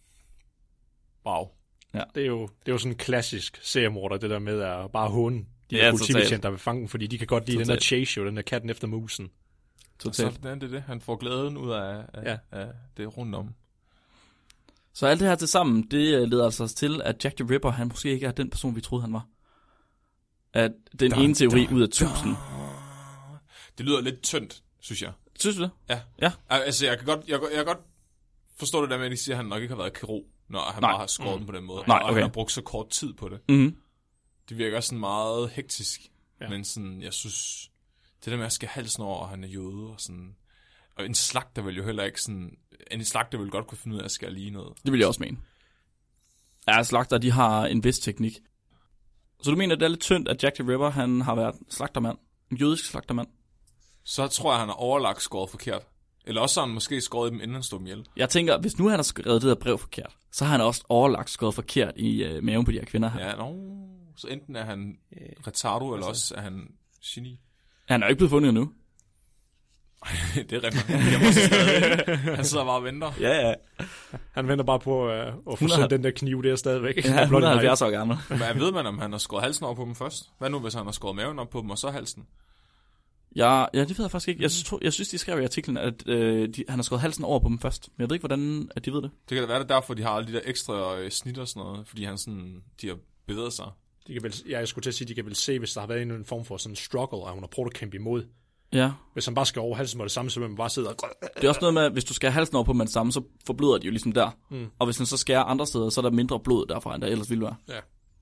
Wow. Ja. Det er jo, det er jo sådan en klassisk seriemorder, det der med at bare håne de Ja, ja, politibetjente, der vil fange dem, fordi de kan godt lide Totalt. den der chase jo, den der katten efter musen. Totalt. Og så det er det. Han får glæden ud af, af, Ja. af det rundt om. Så alt det her til sammen, det leder altså til, at Jack the Ripper, han måske ikke er den person, vi troede, han var. At den Dun, ene teori dun, ud af tusind. Det lyder lidt tyndt, synes jeg. Synes du det? Ja. Ja. Altså, jeg kan godt, jeg, jeg kan godt forstå det der med, at de siger, at han nok ikke har været kirurg, når han Nej. bare har skåret den på den måde. Nej, Og okay. han har brugt så kort tid på det. Mm-hmm. Det virker sådan meget hektisk. Ja. Ja. Men sådan, jeg synes, det der med at skære halsen over, og han er jøde, og sådan... Og en slagter vil jo heller ikke sådan... En slagter vil godt kunne finde ud af at skære lige noget. Det vil jeg også mene. Ja, slagter, de har en vis teknik. Så du mener, det er lidt tyndt, at Jack the Ripper, han har været slagtermand? En jødisk slagtermand? Så tror jeg, han har overlagt skåret forkert. Eller også har han måske skåret dem, inden han stod dem ihjel. Jeg tænker, hvis nu han har skrevet det der brev forkert, så har han også overlagt skåret forkert i øh, maven på de her kvinder her. Ja, no. Så enten er han retardo, eller også er han geni. Han er jo ikke blevet fundet endnu. Det er rigtigt. Jeg må stadig. Han sidder bare og venter. Ja, ja. Han venter bare på uh, at få hundrede sendt den der kniv der stadigvæk. Han er hundrede og halvfjerds år gammel. Men ved man, om han har skåret halsen op på dem først? Hvad nu, hvis han har skåret maven op på dem, og så halsen? Ja, ja, det ved jeg faktisk ikke. Jeg synes, jeg synes de skrev i artiklen, at øh, de, han har skåret halsen over på dem først. Men jeg ved ikke, hvordan at de ved det. Det kan da være, det er derfor, de har alle de der ekstra øh, snit og sådan noget. Fordi han sådan, de har bedret sig. De kan vel, ja, jeg skulle til at sige, de kan vel se, hvis der har været en, en form for sådan en struggle, og hun har prøvet at kæmpe imod. Ja. Hvis han bare skal over halsen med det samme, så vil man bare sidde og... Det er også noget med, at hvis du skærer halsen over på dem med det samme, så forbløder de jo ligesom der. Mm. Og hvis den så skærer andre steder, så er der mindre blod derfra, end der ellers ville være. Ja.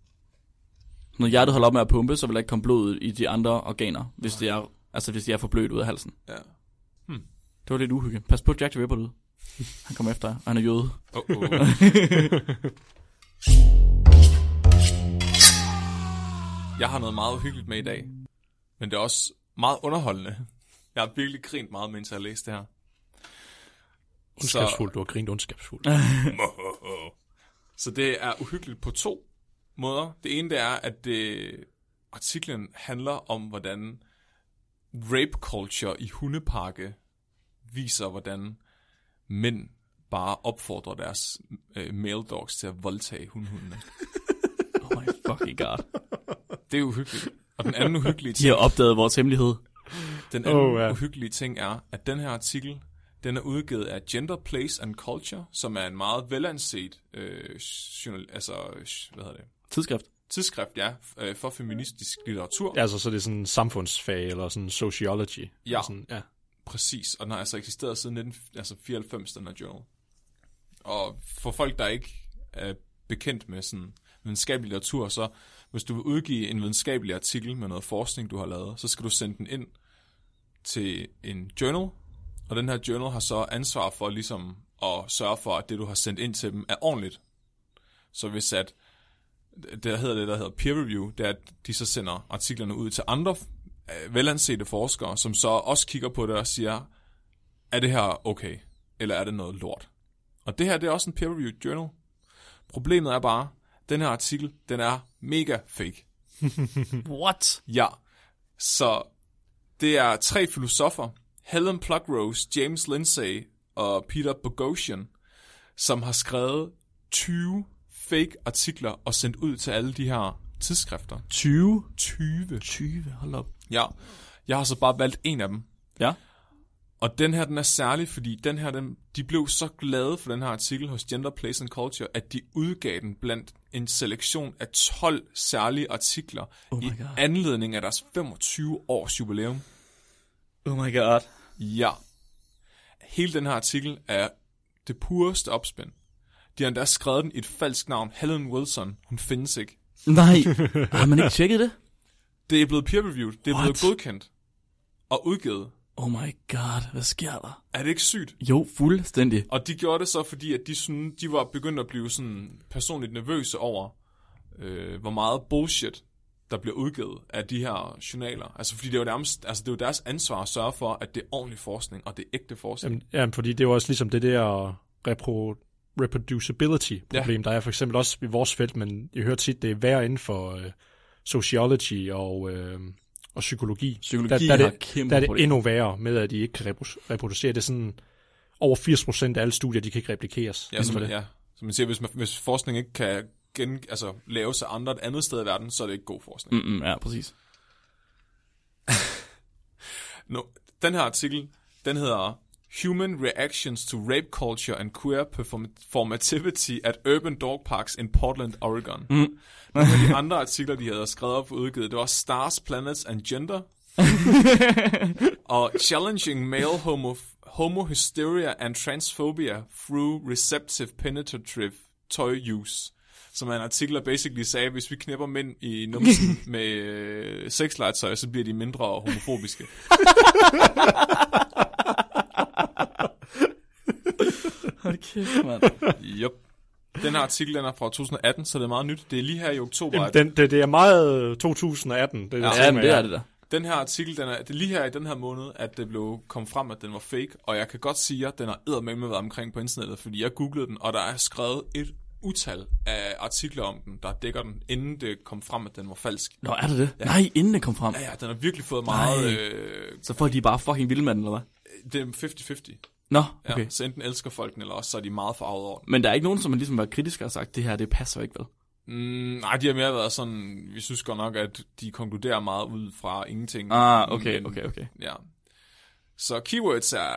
Når hjertet holder op med at pumpe, så vil der ikke komme blod ud i de andre organer, hvis det er, altså hvis de er for blødt ud af halsen. Ja. Det var lidt uhygge. Pas på Jack the Ripper ud. Han kommer efter dig, og han er jøde. Oh, oh. Jeg har noget meget uhyggeligt med i dag. Men det er også meget underholdende. Jeg har virkelig grint meget, mens jeg har læst det her. Ondskabsfuldt, du har grint ondskabsfuldt. Så det er uhyggeligt på to måder. Det ene det er, at det, artiklen handler om, hvordan rape culture i hundeparke viser, hvordan mænd bare opfordrer deres øh, male dogs til at voldtage hundhundene. Oh my fucking god. Det er uhyggeligt. Og den anden uhyggelige De ting, har opdaget vores hemmelighed. den anden Oh, ja. uhyggelige ting er, at den her artikel, den er udgivet af Gender, Place and Culture, som er en meget velanset øh, journal, altså, hvad hedder det? Tidsskrift. tidsskrift, ja, øh, for feministisk litteratur. Ja, altså, så det er sådan en samfundsfag, eller sådan sociology. Ja. Sådan, ja. Præcis, og den har altså eksisteret siden nitten fireoghalvfems, den her journal. Og for folk, der ikke er bekendt med sådan videnskabelig litteratur, så hvis du vil udgive en videnskabelig artikel med noget forskning, du har lavet, så skal du sende den ind til en journal, og den her journal har så ansvar for ligesom at sørge for, at det, du har sendt ind til dem, er ordentligt. Så hvis at, det hedder det, der hedder peer review, det er, at de så sender artiklerne ud til andre velansete forskere, som så også kigger på det og siger, er det her okay, eller er det noget lort? Og det her, det er også en peer-reviewed journal. Problemet er bare, den her artikel, den er mega fake. What? Ja, så det er tre filosofer, Helen Pluckrose, James Lindsay og Peter Boghossian, som har skrevet tyve fake artikler og sendt ud til alle de her tidsskrifter. tyve? tyve. tyve, hold op. Ja, jeg har så bare valgt en af dem. Ja. Og den her, den er særlig, fordi den her, den, de blev så glade for den her artikel hos Gender, Place and Culture, at de udgav den blandt en selektion af tolv særlige artikler Oh i my God. anledning af deres femogtyve års jubilæum. Oh my god. Ja. Hele den her artikel er det pureste opspænd. De har endda skrevet den i et falsk navn. Helen Wilson. Hun findes ikke. Nej, har man ikke tjekket det? Det er blevet peer-reviewed. Det er What? blevet godkendt. Og udgivet. Oh my god, hvad sker der? Er det ikke sygt? Jo, fuldstændig. Og de gjorde det så, fordi at de, synes, de var begyndt at blive sådan personligt nervøse over, øh, hvor meget bullshit, der bliver udgivet af de her journaler. Altså, fordi det er jo, nærmest, altså, det er jo deres ansvar at sørge for, at det er ordentlig forskning, og det er ægte forskning. Jamen, ja, fordi det er jo også ligesom det der repro, reproducibility-problem, ja. Der er for eksempel også i vores felt, men jeg hører tit, det er værre inden for uh, sociology og, uh, og psykologi. Psykologi der, der, har det, kæmpe der er det problemer. endnu værre med, at de ikke kan reproducere. Det er sådan, over firs procent af alle studier, de kan ikke replikeres. Ja, som, ja. Som man siger, hvis, man, hvis forskning ikke kan gen, altså, laves af andre et andet sted i verden, så er det ikke god forskning. Mm-mm, ja, præcis. no, den her artikel, den hedder Human Reactions to Rape Culture and Queer Performativity at Urban Dog Parks in Portland, Oregon. Mm. Nogle af de andre artikler, de havde skrevet op og udgivet, det var Stars, Planets and Gender. og Challenging Male homo, homo Hysteria and Transphobia Through Receptive Penetrative Toy Use. Som er en artikel, der basically sagde, at hvis vi knipper mænd i numsen med øh, sexlegetøj, så bliver de mindre homofobiske. Hold kæft, mand. Yep. Den her artikel, den er fra to tusind atten, så det er meget nyt. Det er lige her i oktober. Jamen, den, det, det er meget to tusind atten. Det er ja, ja, men det er det der. Den her artikel, den er, det er lige her i den her måned, at det blev kom frem, at den var fake. Og jeg kan godt sige, at den har eddermame været omkring på internettet, fordi jeg googlede den, og der er skrevet et utal af artikler om den, der dækker den, inden det kom frem, at den var falsk. Nå, er det det? Ja. Nej, inden det kom frem. Ja, ja, den har virkelig fået meget... Øh, så folk de er bare fucking vilde med den, eller hvad? det er halvtreds halvtreds. Nå, okay. Ja, så enten elsker folk den, eller også så er de meget forarvet over den. Men der er ikke nogen, som har ligesom været kritiske og sagt, det her, det passer ikke, vel? Mm, nej, de har mere været sådan, vi synes godt nok, at de konkluderer meget ud fra ingenting. Ah, okay, men, okay, okay. Ja. Så keywords er,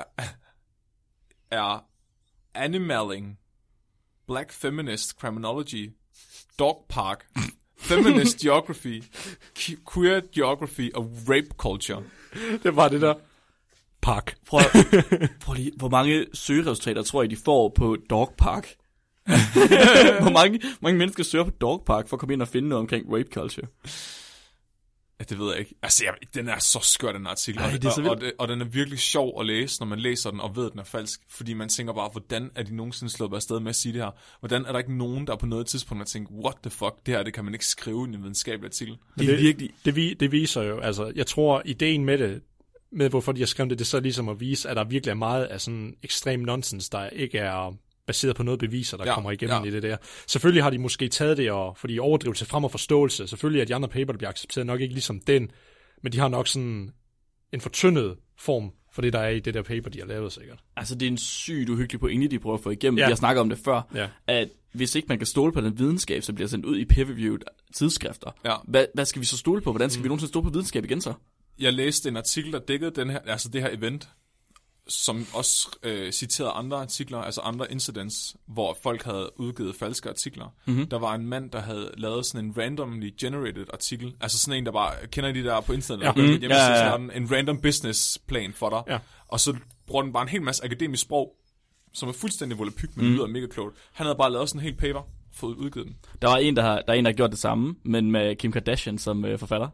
er animaling, black feminist criminology, dog park, feminist geography, queer geography og rape culture. Det var det der. Park. Prøv, prøv lige, hvor mange søgeresultater tror jeg, de får på Dog Park? hvor mange, mange mennesker søger på Dog Park for at komme ind og finde noget omkring rape culture? Ja, det ved jeg ikke. Altså, jeg, den er så skør, den artikel. Ej, det er så og, og, det, og den er virkelig sjov at læse, når man læser den og ved, at den er falsk. Fordi man tænker bare, hvordan er de nogensinde slået afsted med at sige det her? Hvordan er der ikke nogen, der på noget tidspunkt har tænkt, what the fuck, det her, det kan man ikke skrive i en videnskabelig artikel. Det er virkelig... Det, det, det viser jo, altså, jeg tror, ideen med det, med hvorfor de har skrevet det, det er så ligesom at vise, at der virkelig er meget af sådan ekstrem nonsens, der ikke er baseret på noget beviser, der ja, kommer igennem ja. i det der. Selvfølgelig har de måske taget det, og, fordi overdrivelse frem og forståelse, selvfølgelig er de andre paper, der bliver accepteret, nok ikke ligesom den, men de har nok sådan en fortyndet form for det, der er i det der paper, de har lavet sikkert. Altså, det er en sygt uhyggelig pointe, de prøver at få igennem. Ja. Vi har snakket om det før, ja. at hvis ikke man kan stole på den videnskab, så bliver sendt ud i peer-reviewed tidsskrifter. Ja. Hvad, hvad skal vi så stole på? Hvordan skal mm. vi nogensinde stole på videnskab igen så? Jeg læste en artikel, der dækkede den her, altså det her event, som også øh, citerede andre artikler, altså andre incidents, hvor folk havde udgivet falske artikler. Mm-hmm. Der var en mand, der havde lavet sådan en randomly generated artikel, altså sådan en, der bare, kender I de der på internet, ja. der mm. hjemmeside, ja, ja, ja. en, en random business plan for dig, ja. og så bruger den bare en hel masse akademisk sprog, som er fuldstændig volapyk, men mm. lyder mega klogt. Han havde bare lavet sådan en hel paper, fået udgivet den. Der var en, der har, der er en, der har gjort det samme, men med Kim Kardashian som øh, forfatter.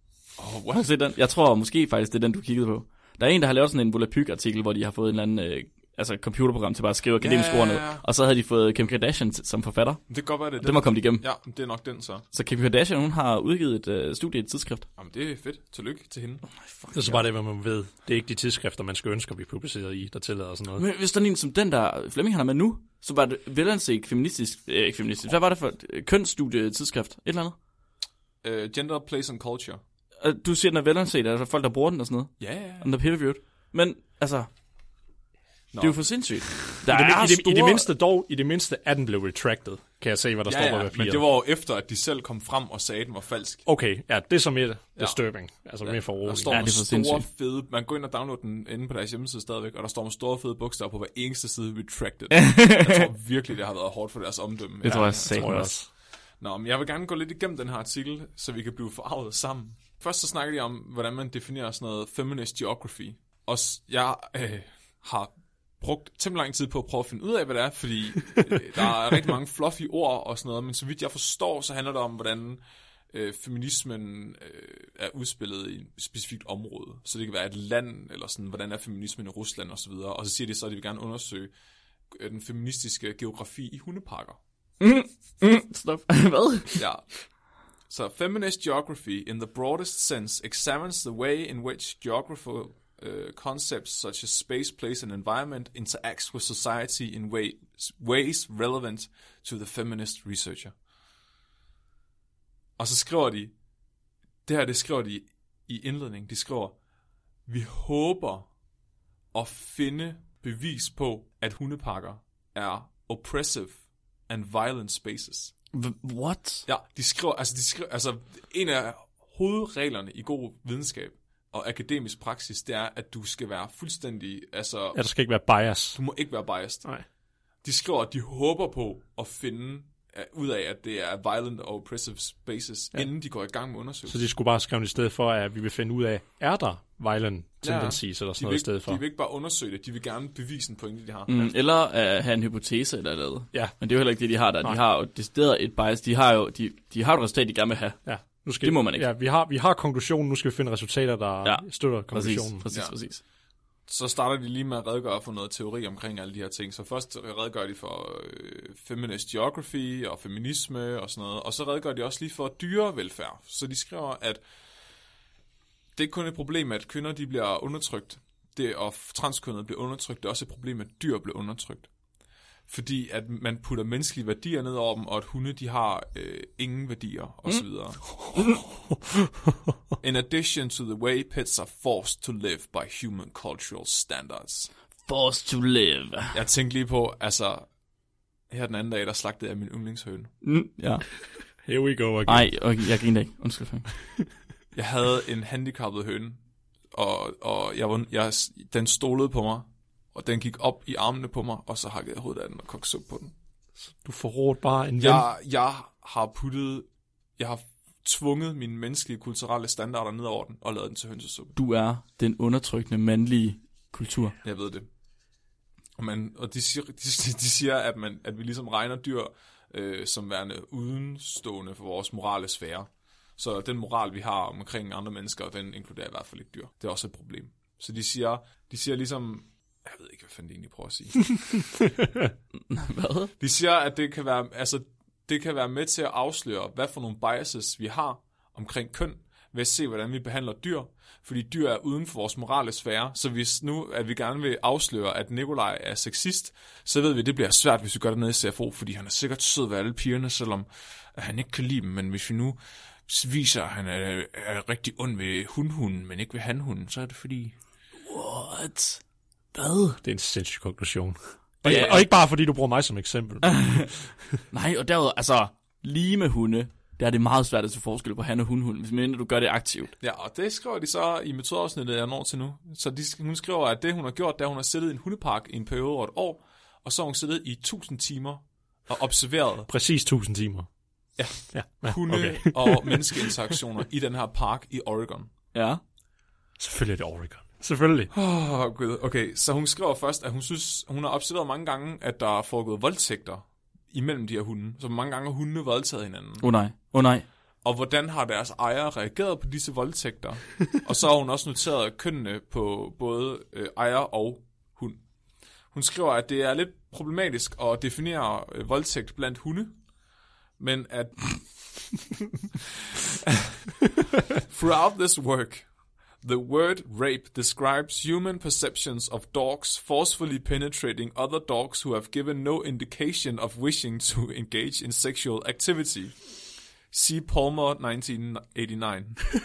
Oh, what? Har du set den? Jeg tror måske faktisk, det er den, du kiggede på. Der er en, der har lavet sådan en volapyk-artikel, hvor de har fået en eller anden øh, altså computerprogram til bare at skrive akademiske ord ned. Og så havde de fået Kim Kardashian som forfatter. Det kan godt være, det er det. må komme igennem. Ja, det er nok den så. Så Kim Kardashian, hun har udgivet et øh, studie i et tidsskrift. Jamen, det er fedt. Tillykke til hende. Oh, det er så bare det, hvad man ved. Det er ikke de tidsskrifter, man skal ønske at blive publiceret i, der tillader sådan noget. Men hvis der er en som den der, Flemming han er med nu, så var det velanset feministisk, øh, ikke feministisk, hvad var det for et øh, kønsstudie tidsskrift? Et eller andet? Uh, gender, place and culture. Du siger, den er velanset, altså folk, der bruger den og sådan noget? Ja, ja, ja. Og den er peer-reviewed. Men, altså, Nå. det er jo for sindssygt. Der I, det, er i, det, store... I det mindste dog, i det mindste er den blevet retracted, kan jeg se, hvad der ja, står på ja, papiret. Men det var jo efter, at de selv kom frem og sagde, at den var falsk. Okay, ja, det er så mere disturbing. Ja. Altså mere for roligt. Der står ja, med det er store fede, man går ind og downloader den inde på deres hjemmeside stadigvæk, og der står med store fede bogstaver på hver eneste side, retracted. Jeg tror virkelig, det har været hårdt for deres omdømme. Det tror jeg, jeg, jeg tror også. Nå, men jeg vil gerne gå lidt igennem den her artikel, så vi kan blive forarvet sammen. Først så snakker de om, hvordan man definerer sådan noget feminist geography. Og jeg øh, har brugt temmelig lang tid på at prøve at finde ud af, hvad det er, fordi øh, der er rigtig mange fluffy ord og sådan noget, men så vidt jeg forstår, så handler det om, hvordan øh, feminismen øh, er udspillet i et specifikt område. Så det kan være et land, eller sådan, hvordan er feminismen i Rusland og så videre. Og så siger de så, at de vil gerne undersøge øh, den feministiske geografi i hundeparker. Mm, mm, stop. Hvad? Ja. Så feminist geography, in the broadest sense, examines the way in which geographical uh, concepts such as space, place and environment interacts with society in ways, ways relevant to the feminist researcher. Og så skriver de, det her det skriver de i indledning, de skriver, vi håber at finde bevis på, at hundeparker er oppressive and violent spaces. What? Ja, de skriver, altså, de skriver, altså en af hovedreglerne i god videnskab og akademisk praksis, det er, at du skal være fuldstændig, altså... Ja, der skal ikke være bias. Du må ikke være biased. Nej. De skriver, at de håber på at finde uh, ud af, at det er violent og oppressive spaces, ja. Inden de går i gang med undersøgelser. Så de skulle bare skrive i stedet for, at vi vil finde ud af, er der violent tendencies ja, eller sådan noget i stedet for? De vil ikke bare undersøge det, de vil gerne bevise en pointe, de har. Mm, ja. Eller uh, have en hypotese eller noget. Ja. Men det er jo heller ikke det, de har der. Nej. De har jo decideret et bias. De har jo de, de har et resultat, de gerne vil have. Ja. Nu skal det må man ikke. Ja, vi har, vi har konklusionen, nu skal vi finde resultater, der ja. støtter konklusionen. Præcis, præcis, ja. præcis. Så starter de lige med at redegøre for noget teori omkring alle de her ting. Så først redegør de for øh, feminist geography og feminisme og sådan noget. Og så redegør de også lige for dyrevelfærd. Så de skriver, at det er ikke kun et problem, at kvinder de bliver undertrykt. Det, og transkønnet bliver undertrykt. Det er også et problem, at dyr bliver undertrykt. Fordi at man putter menneskelige værdier ned over dem, og at hunde de har øh, ingen værdier osv. Mm. In addition to the way pets are forced to live by human cultural standards. Forced to live. Jeg tænkte lige på, altså, her den anden dag, der slagtede jeg min yndlingshøne. Mm, ja. Here we go again. Nej, okay, jeg griner ikke. Undskyld. Jeg havde en handicappet høne, og, og jeg var, jeg, den stolede på mig, og den gik op i armene på mig, og så hakkede jeg hovedet af den og kogte suppe på den. Du forrådte bare en ven. Jeg, jeg har puttet, jeg har tvunget mine menneskelige kulturelle standarder ned over den, og lavet den til hønsesuppe. Du er den undertrykkende mandlige kultur. Jeg ved det. Og, man, og de, siger, de, de siger, at, man, at vi ligesom regner dyr øh, som værende udenstående for vores morale sfære. Så den moral, vi har omkring andre mennesker, den inkluderer i hvert fald ikke dyr. Det er også et problem. Så de siger, de siger ligesom... Jeg ved ikke, hvad fanden de egentlig prøver at sige. Hvad? De siger, at det kan være, altså, det kan være med til at afsløre, hvad for nogle biases vi har omkring køn, ved at se, hvordan vi behandler dyr. Fordi dyr er uden for vores morale sfære. Så hvis nu, at vi gerne vil afsløre, at Nikolaj er sexist, så ved vi, at det bliver svært, hvis vi gør det nede i C F O, fordi han er sikkert sød ved alle pigerne, selvom han ikke kan lide dem. Men hvis vi nu viser, at han er, er rigtig ond ved hundhunden, men ikke ved hanhunden, så er det fordi... What? Hvad? Det er en sindssyg konklusion. Og, Ja. og ikke bare fordi du bruger mig som eksempel. Nej, og derudover, altså, lige med hunde, der er det meget svært at se forskel på han og hundhund, hvis mindre du gør det aktivt. Ja, og det skriver de så i metodeafsnittet, jeg når til nu. Så de, hun skriver, at det hun har gjort, det er, hun har siddet i en hundepark i en periode over et år, og så har hun siddet i tusind timer og observeret Præcis tusind timer. ja, Ja, ja hunde okay. og menneskeinteraktioner i den her park i Oregon. Ja. Selvfølgelig er det Oregon. Selvfølgelig. Åh, oh, gud. Okay, så hun skriver først, at hun synes, hun har observeret mange gange, at der er foregået voldtægter imellem de her hunde. Så mange gange har hundene voldtaget hinanden. Åh oh, nej, åh oh, nej. Og hvordan har deres ejere reageret på disse voldtægter? Og så har hun også noteret kønnene på både øh, ejer og hund. Hun skriver, at det er lidt problematisk at definere øh, voldtægt blandt hunde, men at throughout this work, the word rape describes human perceptions of dogs forcefully penetrating other dogs who have given no indication of wishing to engage in sexual activity. See Palmer nineteen eighty-nine.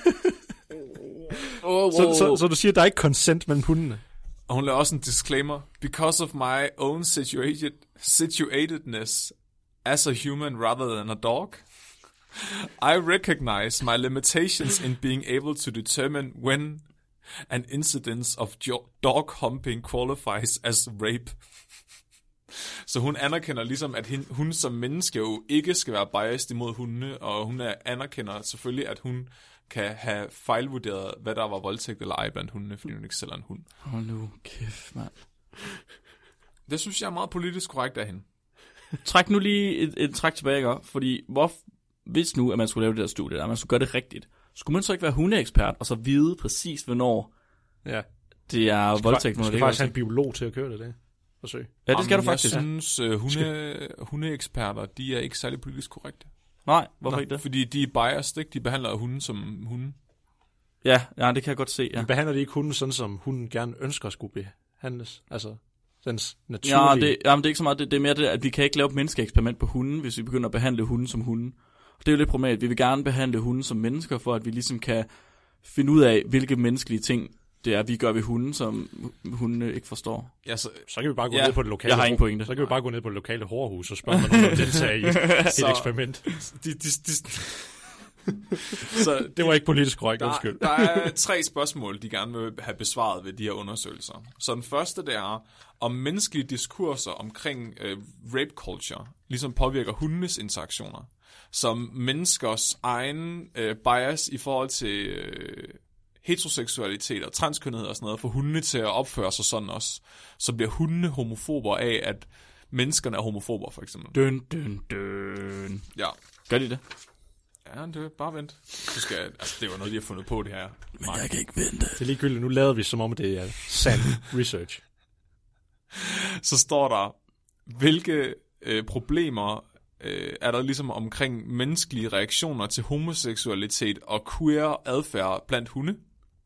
Oh, Så, så, så du siger, at der er ikke consent mellem hundene? Og hun laver også en disclaimer. Because of my own situated, situatedness as a human rather than a dog, I recognize my limitations in being able to determine when an incidence of jo- dog humping qualifies as rape. Så hun anerkender ligesom, at hin, hun som menneske jo ikke skal være biased imod hundene, og hun anerkender selvfølgelig, at hun kan have fejlvurderet, hvad der var voldtægt eller ej blandt hundene, fordi hun ikke selv er en hund. Hold nu kæft, mand. Det synes jeg er meget politisk korrekt af hende. Træk nu lige et, et træk tilbage, ikke? Fordi hvor, hvis nu, at man skulle lave det der studie der, man skulle gøre det rigtigt, skulle man så ikke være hundeekspert, og så vide præcis, hvornår Ja. det er voldtægt? Du skal faktisk have en biolog til at køre det, det. Forsøg. Ja, det skal Jamen, du faktisk. Jeg synes, uh, hunde, hundeeksperter, de er ikke særlig politisk korrekte. Nej, hvorfor Nå, ikke det? Fordi de er biased, ikke? De behandler hunden som hunden. Ja, ja, det kan jeg godt se, ja. De behandler de ikke hunden sådan, som hunden gerne ønsker at skulle behandles. Altså, dens naturlige... Ja, det, jamen, det er ikke så meget, det, det er mere det, at vi kan ikke lave et menneskeeksperiment på hunden, hvis vi begynder at behandle hunden som hunden. Og det er jo lidt problematisk. Vi vil gerne behandle hunden som mennesker, for at vi ligesom kan finde ud af, hvilke menneskelige ting det er, vi gør ved hunden, som hundene ikke forstår. Ja, så, Så kan vi bare gå Ja, ned på det lokale... jeg har ingen pointe. Så kan vi bare gå ned på det lokale hårhus og spørge, om nogen vil deltage i et Så- eksperiment. de, de, de, så Det var ikke politisk korrekt, der, undskyld. der er tre spørgsmål, de gerne vil have besvaret ved de her undersøgelser. Så den første, det er, om menneskelige diskurser omkring øh, rape culture ligesom påvirker hundenes interaktioner. Som menneskers egen øh, bias i forhold til øh, heteroseksualitet og transkønnethed og sådan noget, får hundene til at opføre sig sådan også. Så bliver hundene homofober af, at menneskerne er homofober, for eksempel. Døn, døn, døn. Ja. Gør de det? Ja, det er bare vent. Du skal, altså, det var noget, de har fundet på, det her. Men jeg kan ikke vente. Det er ligegyldigt. Nu lavede vi, som om det er sand research. Så står der, hvilke øh, problemer øh, er der ligesom omkring menneskelige reaktioner til homoseksualitet og queer adfærd blandt hunde.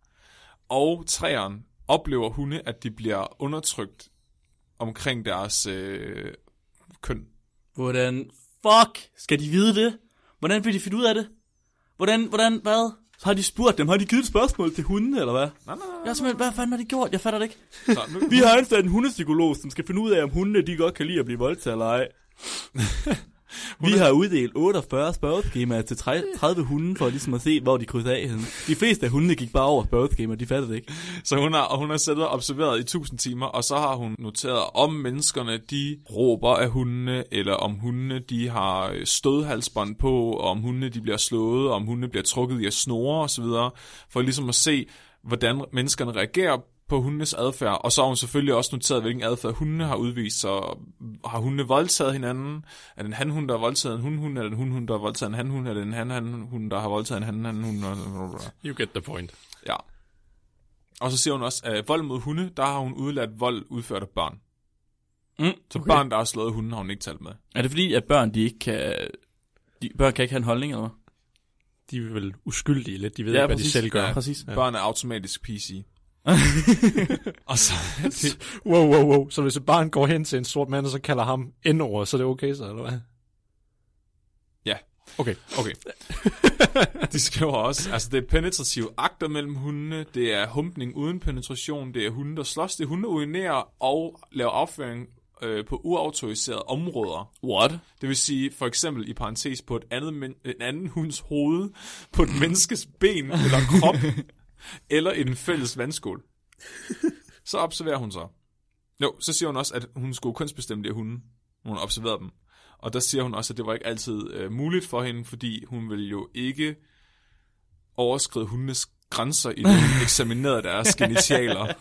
Og træeren oplever hunde, at de bliver undertrykt omkring deres øh, køn. Hvordan fuck skal de vide det? Hvordan vil de finde ud af det? Hvordan, hvordan, hvad? Har de spurgt dem? Har de givet et spørgsmål til hunden, eller hvad? Nej, nej, nej. Jeg er simpelthen, hvad fanden har de gjort? Jeg fatter det ikke. Så, nu, Vi har ansat en hundepsykolog, som skal finde ud af, om hundene de godt kan lide at blive voldtaget eller ej. Vi har uddelt otteogfyrre spørgeskemaer til tredive hunde, for ligesom at se, hvor de krydser af henne. De fleste af hundene gik bare over spørgeskemaer, de fattede det ikke. Så hun har, og hun har siddet og observeret i tusind timer, og så har hun noteret, om menneskerne de råber af hundene, eller om hundene de har stødhalsbånd på, og om hundene de bliver slået, og om hundene bliver trukket i at snore osv., for ligesom at se, hvordan menneskerne reagerer på hundenes adfærd, og så har hun selvfølgelig også noteret, hvilken adfærd hundene har udvist. Så har hundene voldtaget hinanden? Er det en hanhund, der har voldtaget en hundhund? Er det en hundhund, der har voldtaget en hanhund? Er det en hanhund, der har voldtaget en hanhund? You get the point. Ja. Og så siger hun også, at vold mod hunde, der har hun udladt vold udført af børn. Mm, Så okay. Børn, der har slået hunden, har hun ikke talt med. Er det fordi, at børn, de ikke kan... De, børn kan ikke have en holdning, eller hvad? De er vel uskyldige lidt. De ved Ja, ikke, hvad præcis. de selv gør. Ja, præcis. Ja. Børn er automatisk P C. Og så... Wow, wow, wow. Så hvis et barn går hen til en sort mand, og så kalder ham N-ord, så er det okay så, eller hvad? Ja. Okay. Okay. De skriver også, altså det er penetrative akter mellem hundene, det er humpning uden penetration, det er hunde, der slås, det er hunde, der urinerer og laver afføring øh, på uautoriserede områder. What? Det vil sige, for eksempel i parentes på et andet men, en anden hunds hoved, på et menneskes ben eller krop, eller i den fælles vandskål. Så observerer hun så. Jo, så siger hun også, at hun skulle kønsbestemme de her hunde. Hun har observeret dem. Og der siger hun også, at det var ikke altid øh, muligt for hende, fordi hun ville jo ikke overskride hundenes grænser, i hun eksaminerede deres genitaler.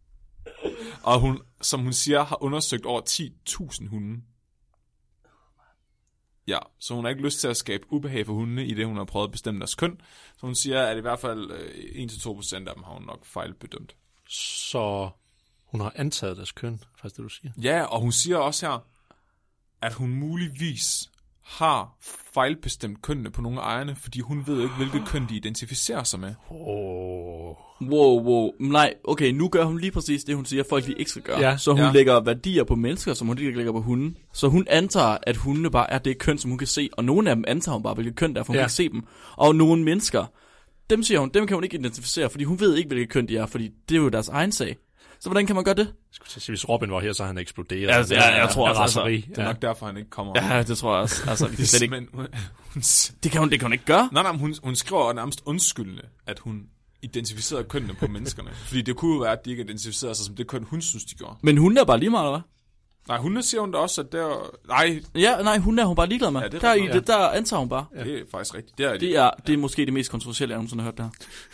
Og hun, som hun siger, har undersøgt over ti tusind hunde. Ja, så hun har ikke lyst til at skabe ubehag for hundene, i det hun har prøvet at bestemme deres køn. Så hun siger, at i hvert fald øh, en til to procent af dem har hun nok fejlbedømt. Så hun har antaget deres køn, faktisk det du siger. Ja, og hun siger også her, at hun muligvis har fejlbestemt kønnene på nogle af ejerne, fordi hun ved ikke, hvilket køn de identificerer sig med. Oh. Wow, wow. Nej, okay, nu gør hun lige præcis det, hun siger, folk de ikke skal gøre. Ja, så hun ja. lægger værdier på mennesker, som hun ikke lægger på hunden. Så hun antager, at hundene bare er det køn, som hun kan se. Og nogle af dem antager hun bare, hvilket køn der er, for hun Ja. kan se dem. Og nogle mennesker, dem siger hun, dem kan hun ikke identificere, fordi hun ved ikke, hvilket køn de er, fordi det er jo deres egen sag. Så hvordan kan man gøre det? Jeg skulle til at sige, hvis Robin var her, så har han eksploderet. Ja, altså, ja, jeg tror Af også, raseri. Det er nok derfor, han ikke kommer. Ja, det tror jeg også. Altså, vi kan slet ikke... Men, hun, hun, Det kan hun, det kan hun ikke gøre. nej, nej, hun, hun skriver nærmest undskyldende, at hun identificerede kønnene på menneskerne. Fordi det kunne jo være, at de ikke identificerede sig som det køn, hun synes, de gjorde. Men hun er bare lige meget, eller hvad? Nej, hun siger hun da også, at der... Nej, Ja, nej, hun er hun bare ligeglad med. Ja, det er der, i, rigtigt. det, der antager hun bare. det er faktisk rigtigt. Det er, Det er, det er måske det mest kontroversielle, jeg nogensinde har hørt der.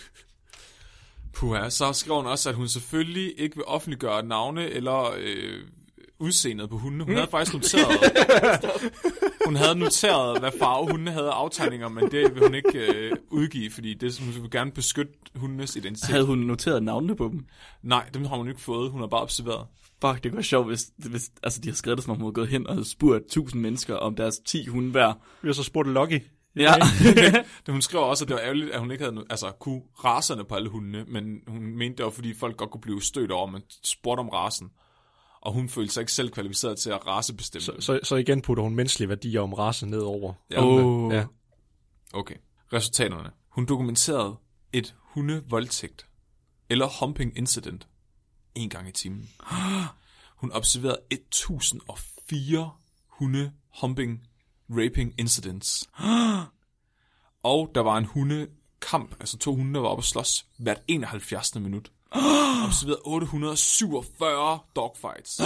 Puha, så skriver hun også, at hun selvfølgelig ikke vil offentliggøre navne eller øh, udseendet på hundene. Hun havde faktisk noteret, hun havde noteret, hvad farve hundene havde aftegninger, men det vil hun ikke øh, udgive, fordi det, hun vil gerne beskytte hundenes identitet. Havde hun noteret navnene på dem? Nej, dem har hun ikke fået. Hun har bare observeret. Fuck, det kunne være sjovt, hvis, hvis altså, de har skrevet det, som om hun var gået hen og havde spurgt tusind mennesker om deres ti hunde hver. Vi har så spurgt Lucky. Ja. Det, hun skriver også, at det var ærgerligt, at hun ikke havde altså, kunne racerne på alle hundene, men hun mente, det var, fordi folk godt kunne blive stødt over, man spurgte om racen. Og hun følte sig ikke selv kvalificeret til at racebestemme. Så, så, så igen putter hun menneskelige værdier om race nedover. Ja, Oh. Ja. Okay. Resultaterne. Hun dokumenterede et hundevoldtægt eller humping incident en gang i timen. Hun observerede et tusind og fire hunde humping raping incidents. Og der var en hundekamp, altså to hunde, der var oppe at slås hvert enoghalvfjerdsende minut. Observerede otte hundrede og syvogfyrre dogfights.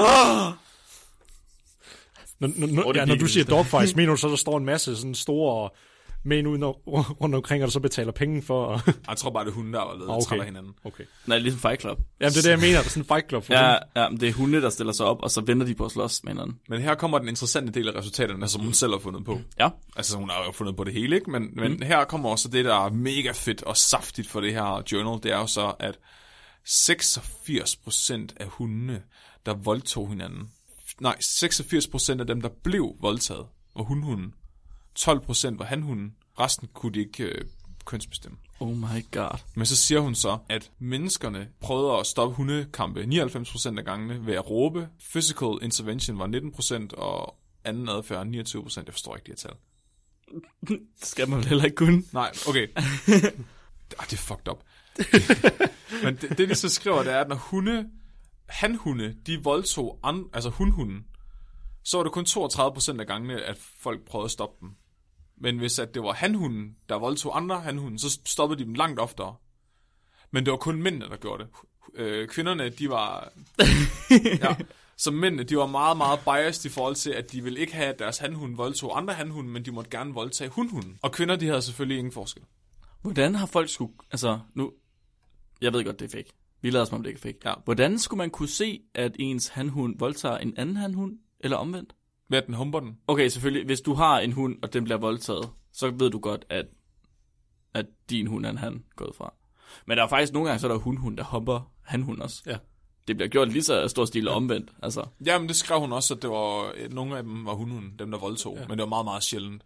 Når, når, ja, når du siger dogfights, mener du så, der står en masse sådan store mænd uden rundt omkring, og der så betaler penge for... Jeg tror bare, det er hunde, der var lavet, okay. træller hinanden. Okay. Nej, ligesom Fight Club. Jamen, det er det, jeg mener. Det er sådan en fight club for Ja, ja, men det er hunde, der stiller sig op, og så venter de på at slås med hinanden. Men her kommer den interessante del af resultaterne, som hun selv har fundet på. Ja. Altså, hun har jo fundet på det hele, ikke? Men, men mm. her kommer også det, der er mega fedt og saftigt for det her journal. Det er jo så, at seksogfirs procent af hundene, der voldtog hinanden. Nej, seksogfirs procent af dem, der blev voldtaget, var hundhunden. tolv procent var hanhunden. Resten kunne de ikke øh, kønsbestemme. Oh my god. Men så siger hun så, at menneskerne prøvede at stoppe hundekampe nioghalvfems procent af gangene ved at råbe. Physical intervention var nitten procent, og anden adfærd niogtyve procent. Jeg forstår ikke de her tal. Det skal man vel heller ikke kunne. Nej, okay. Ah, det er fucked up. Men det, det, de så skriver, det er, at når hunde, hanhunde, de voldtog an, altså hundhunden, så var det kun toogtredive procent af gangene, at folk prøvede at stoppe dem. Men hvis at det var hanhunden, der voldtog andre hanhunden, så stoppede de dem langt oftere. Men det var kun mændene, der gjorde det. Øh, kvinderne, de var... ja, så mændene, de var meget, meget biased i forhold til, at de ville ikke have, at deres hanhunde voldtog andre hanhunde, men de måtte gerne voldtage hundhunden. Og kvinder, de havde selvfølgelig ingen forskel. Hvordan har folk skulle... Altså, nu... Jeg ved godt, det er fake. Vi lader som om det ikke er fake. Ja. Hvordan skulle man kunne se, at ens hanhund voldtager en anden hanhund? Eller omvendt? Ved at den humper den. Okay, selvfølgelig. Hvis du har en hund, og den bliver voldtaget, så ved du godt, at, at din hund er en han gået fra. Men der er faktisk nogle gange, så er der hundhund, der humper hanhund også. Ja. Det bliver gjort lige så stor stil og omvendt. Altså. Jamen, det skrev hun også, at det var, nogle af dem var hundhunden, dem der voldtog. Ja. Men det var meget, meget sjældent.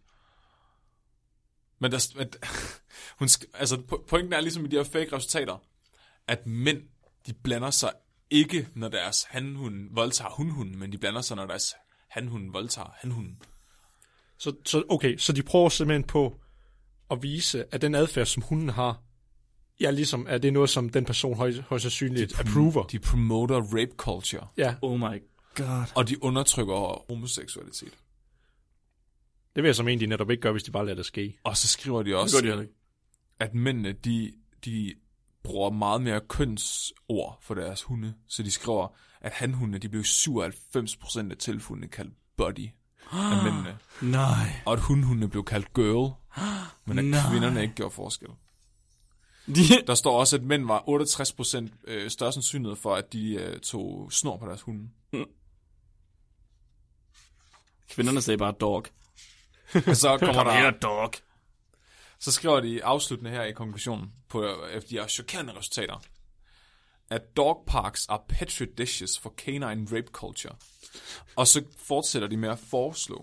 Men der, at, hun, altså, pointen er ligesom i de her fake resultater, at mænd, de blander sig ikke, når deres hanhund voldtager hundhunden, men de blander sig, når deres hanhund voldtager hanhunden. Så, så okay, så de prøver simpelthen på at vise, at den adfærd, som hunden har, ja, ligesom, er det noget, som den person højst, højst sandsynligt de approver. De promoter rape culture. Ja. Oh my god. Og de undertrykker homoseksualitet. Det vil jeg som egentlig netop ikke gøre, hvis de bare lader det ske. Og så skriver de også, det de at mændene, de, de bruger meget mere kønsord for deres hunde. Så de skriver, at hanhundene, de blev syvoghalvfems procent af tilfundene kaldt body af mændene. Nej. Og at hundhundene blev kaldt girl, men at Nej. kvinderne ikke gjorde forskel. De... Der står også, at mænd var otteogtres procent større sandsynlighed for, at de tog snor på deres hunde. Kvinderne sagde bare dog. Og så kommer der... dog. Så skriver de afsluttende her i konklusionen, på, efter de her chokerende resultater, at dog parks are petri dishes for canine rape culture. Og så fortsætter de med at foreslå,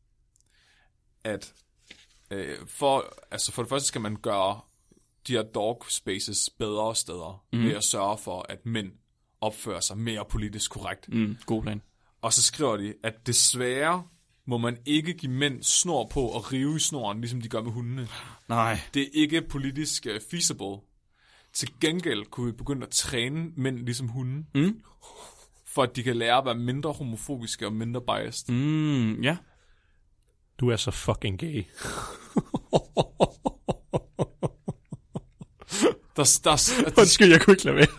at øh, for, altså for det første skal man gøre de her dog spaces bedre steder, mm. ved at sørge for, at mænd opfører sig mere politisk korrekt. Mm, god plan. Og så skriver de, at desværre må man ikke give mænd snor på og rive i snoren, ligesom de gør med hundene. Nej. Det er ikke politisk uh, feasible. Til gengæld kunne vi begynde at træne mænd ligesom hunde, Mm. for at de kan lære at være mindre homofobiske og mindre biased. Mm, ja. Du er så fucking gay. Der, der, der, Undskyld, jeg kunne ikke lade være.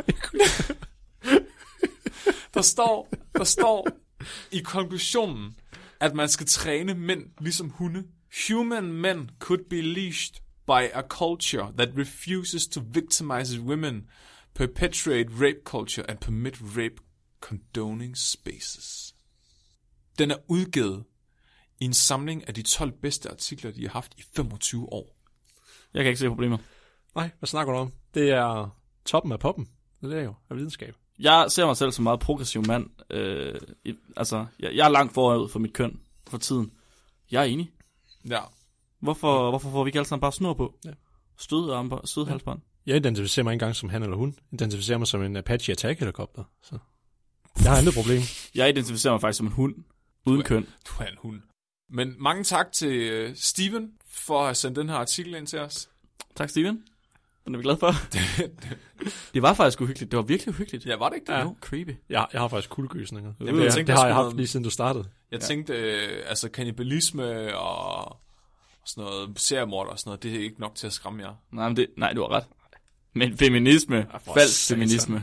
der, står, der står i konklusionen, at man skal træne mænd ligesom hunde. Human men could be leashed by a culture that refuses to victimize women, perpetuate rape culture and permit rape condoning spaces. Den er udgivet i en samling af de tolv bedste artikler, de har haft i femogtyve år. Jeg kan ikke se problemer. Nej, hvad snakker du om? Det er toppen af poppen. Det er jo af videnskab. Jeg ser mig selv som en meget progressiv mand. Øh, i, altså, jeg, jeg er langt forud for mit køn for tiden. Jeg er enig. Ja. Hvorfor, ja. hvorfor får vi ikke alle sammen bare snor på? Ja. Stød armbånd, stød ja. halsbånd. Jeg identificerer mig ikke engang som han eller hun. Jeg identificerer mig som en Apache Attack-helikopter. Så jeg har intet problem. Jeg identificerer mig faktisk som en hund. Uden du er, køn. Du er en hund. Men mange tak til uh, Steven for at have sendt den her artikel ind til os. Tak, Steven. Den er vi glad for. Det var faktisk uhyggeligt. Det var virkelig uhyggeligt. Ja, var det ikke det? Ja. Jo, creepy. Jeg, jeg har faktisk kuldegysninger. Det, jeg det, tænkte, det har jeg jeg haft noget... lige siden du startede. Jeg ja. tænkte, øh, altså kannibalisme og sådan noget seriemord og sådan noget, det er ikke nok til at skræmme jer. Nej, men det, nej, du har ret. Men feminisme, ja, falsk feminisme.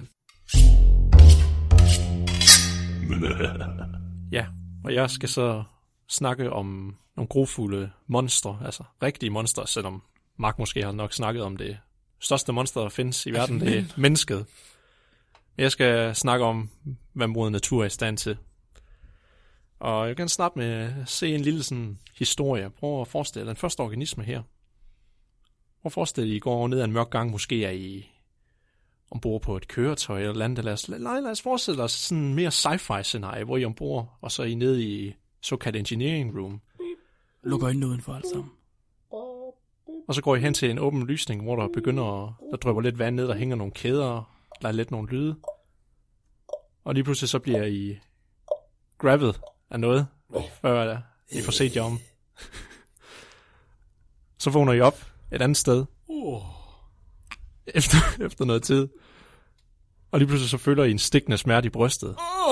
Ja, og jeg skal så snakke om nogle grofulde monstre, altså rigtige monstre, selvom Mark måske har nok snakket om det største monster, der findes i verden, det er mennesket. Jeg skal snakke om, hvad moder natur er i stand til. Og jeg kan starte med at se en lille sådan, historie. Prøv at forestille dig den første organisme her. Prøv at forestille dig, I går ned ad en mørk gang, måske er I ombord på et køretøj eller andet. Lad os, lad, lad os forestille os sådan en mere sci-fi scenarie, hvor I er ombord, og så er I nede i såkaldt engineering room. Luk øjnene udenfor alt sammen. Og så går I hen til en åben lysning, hvor der begynder at, der drypper lidt vand ned, der hænger nogle kæder, der er lidt nogle lyde. Og lige pludselig så bliver I grabbed af noget, før I får set jer om. Så vågner I op et andet sted. Efter, efter noget tid. Og lige pludselig så føler I en stikkende smerte i brystet.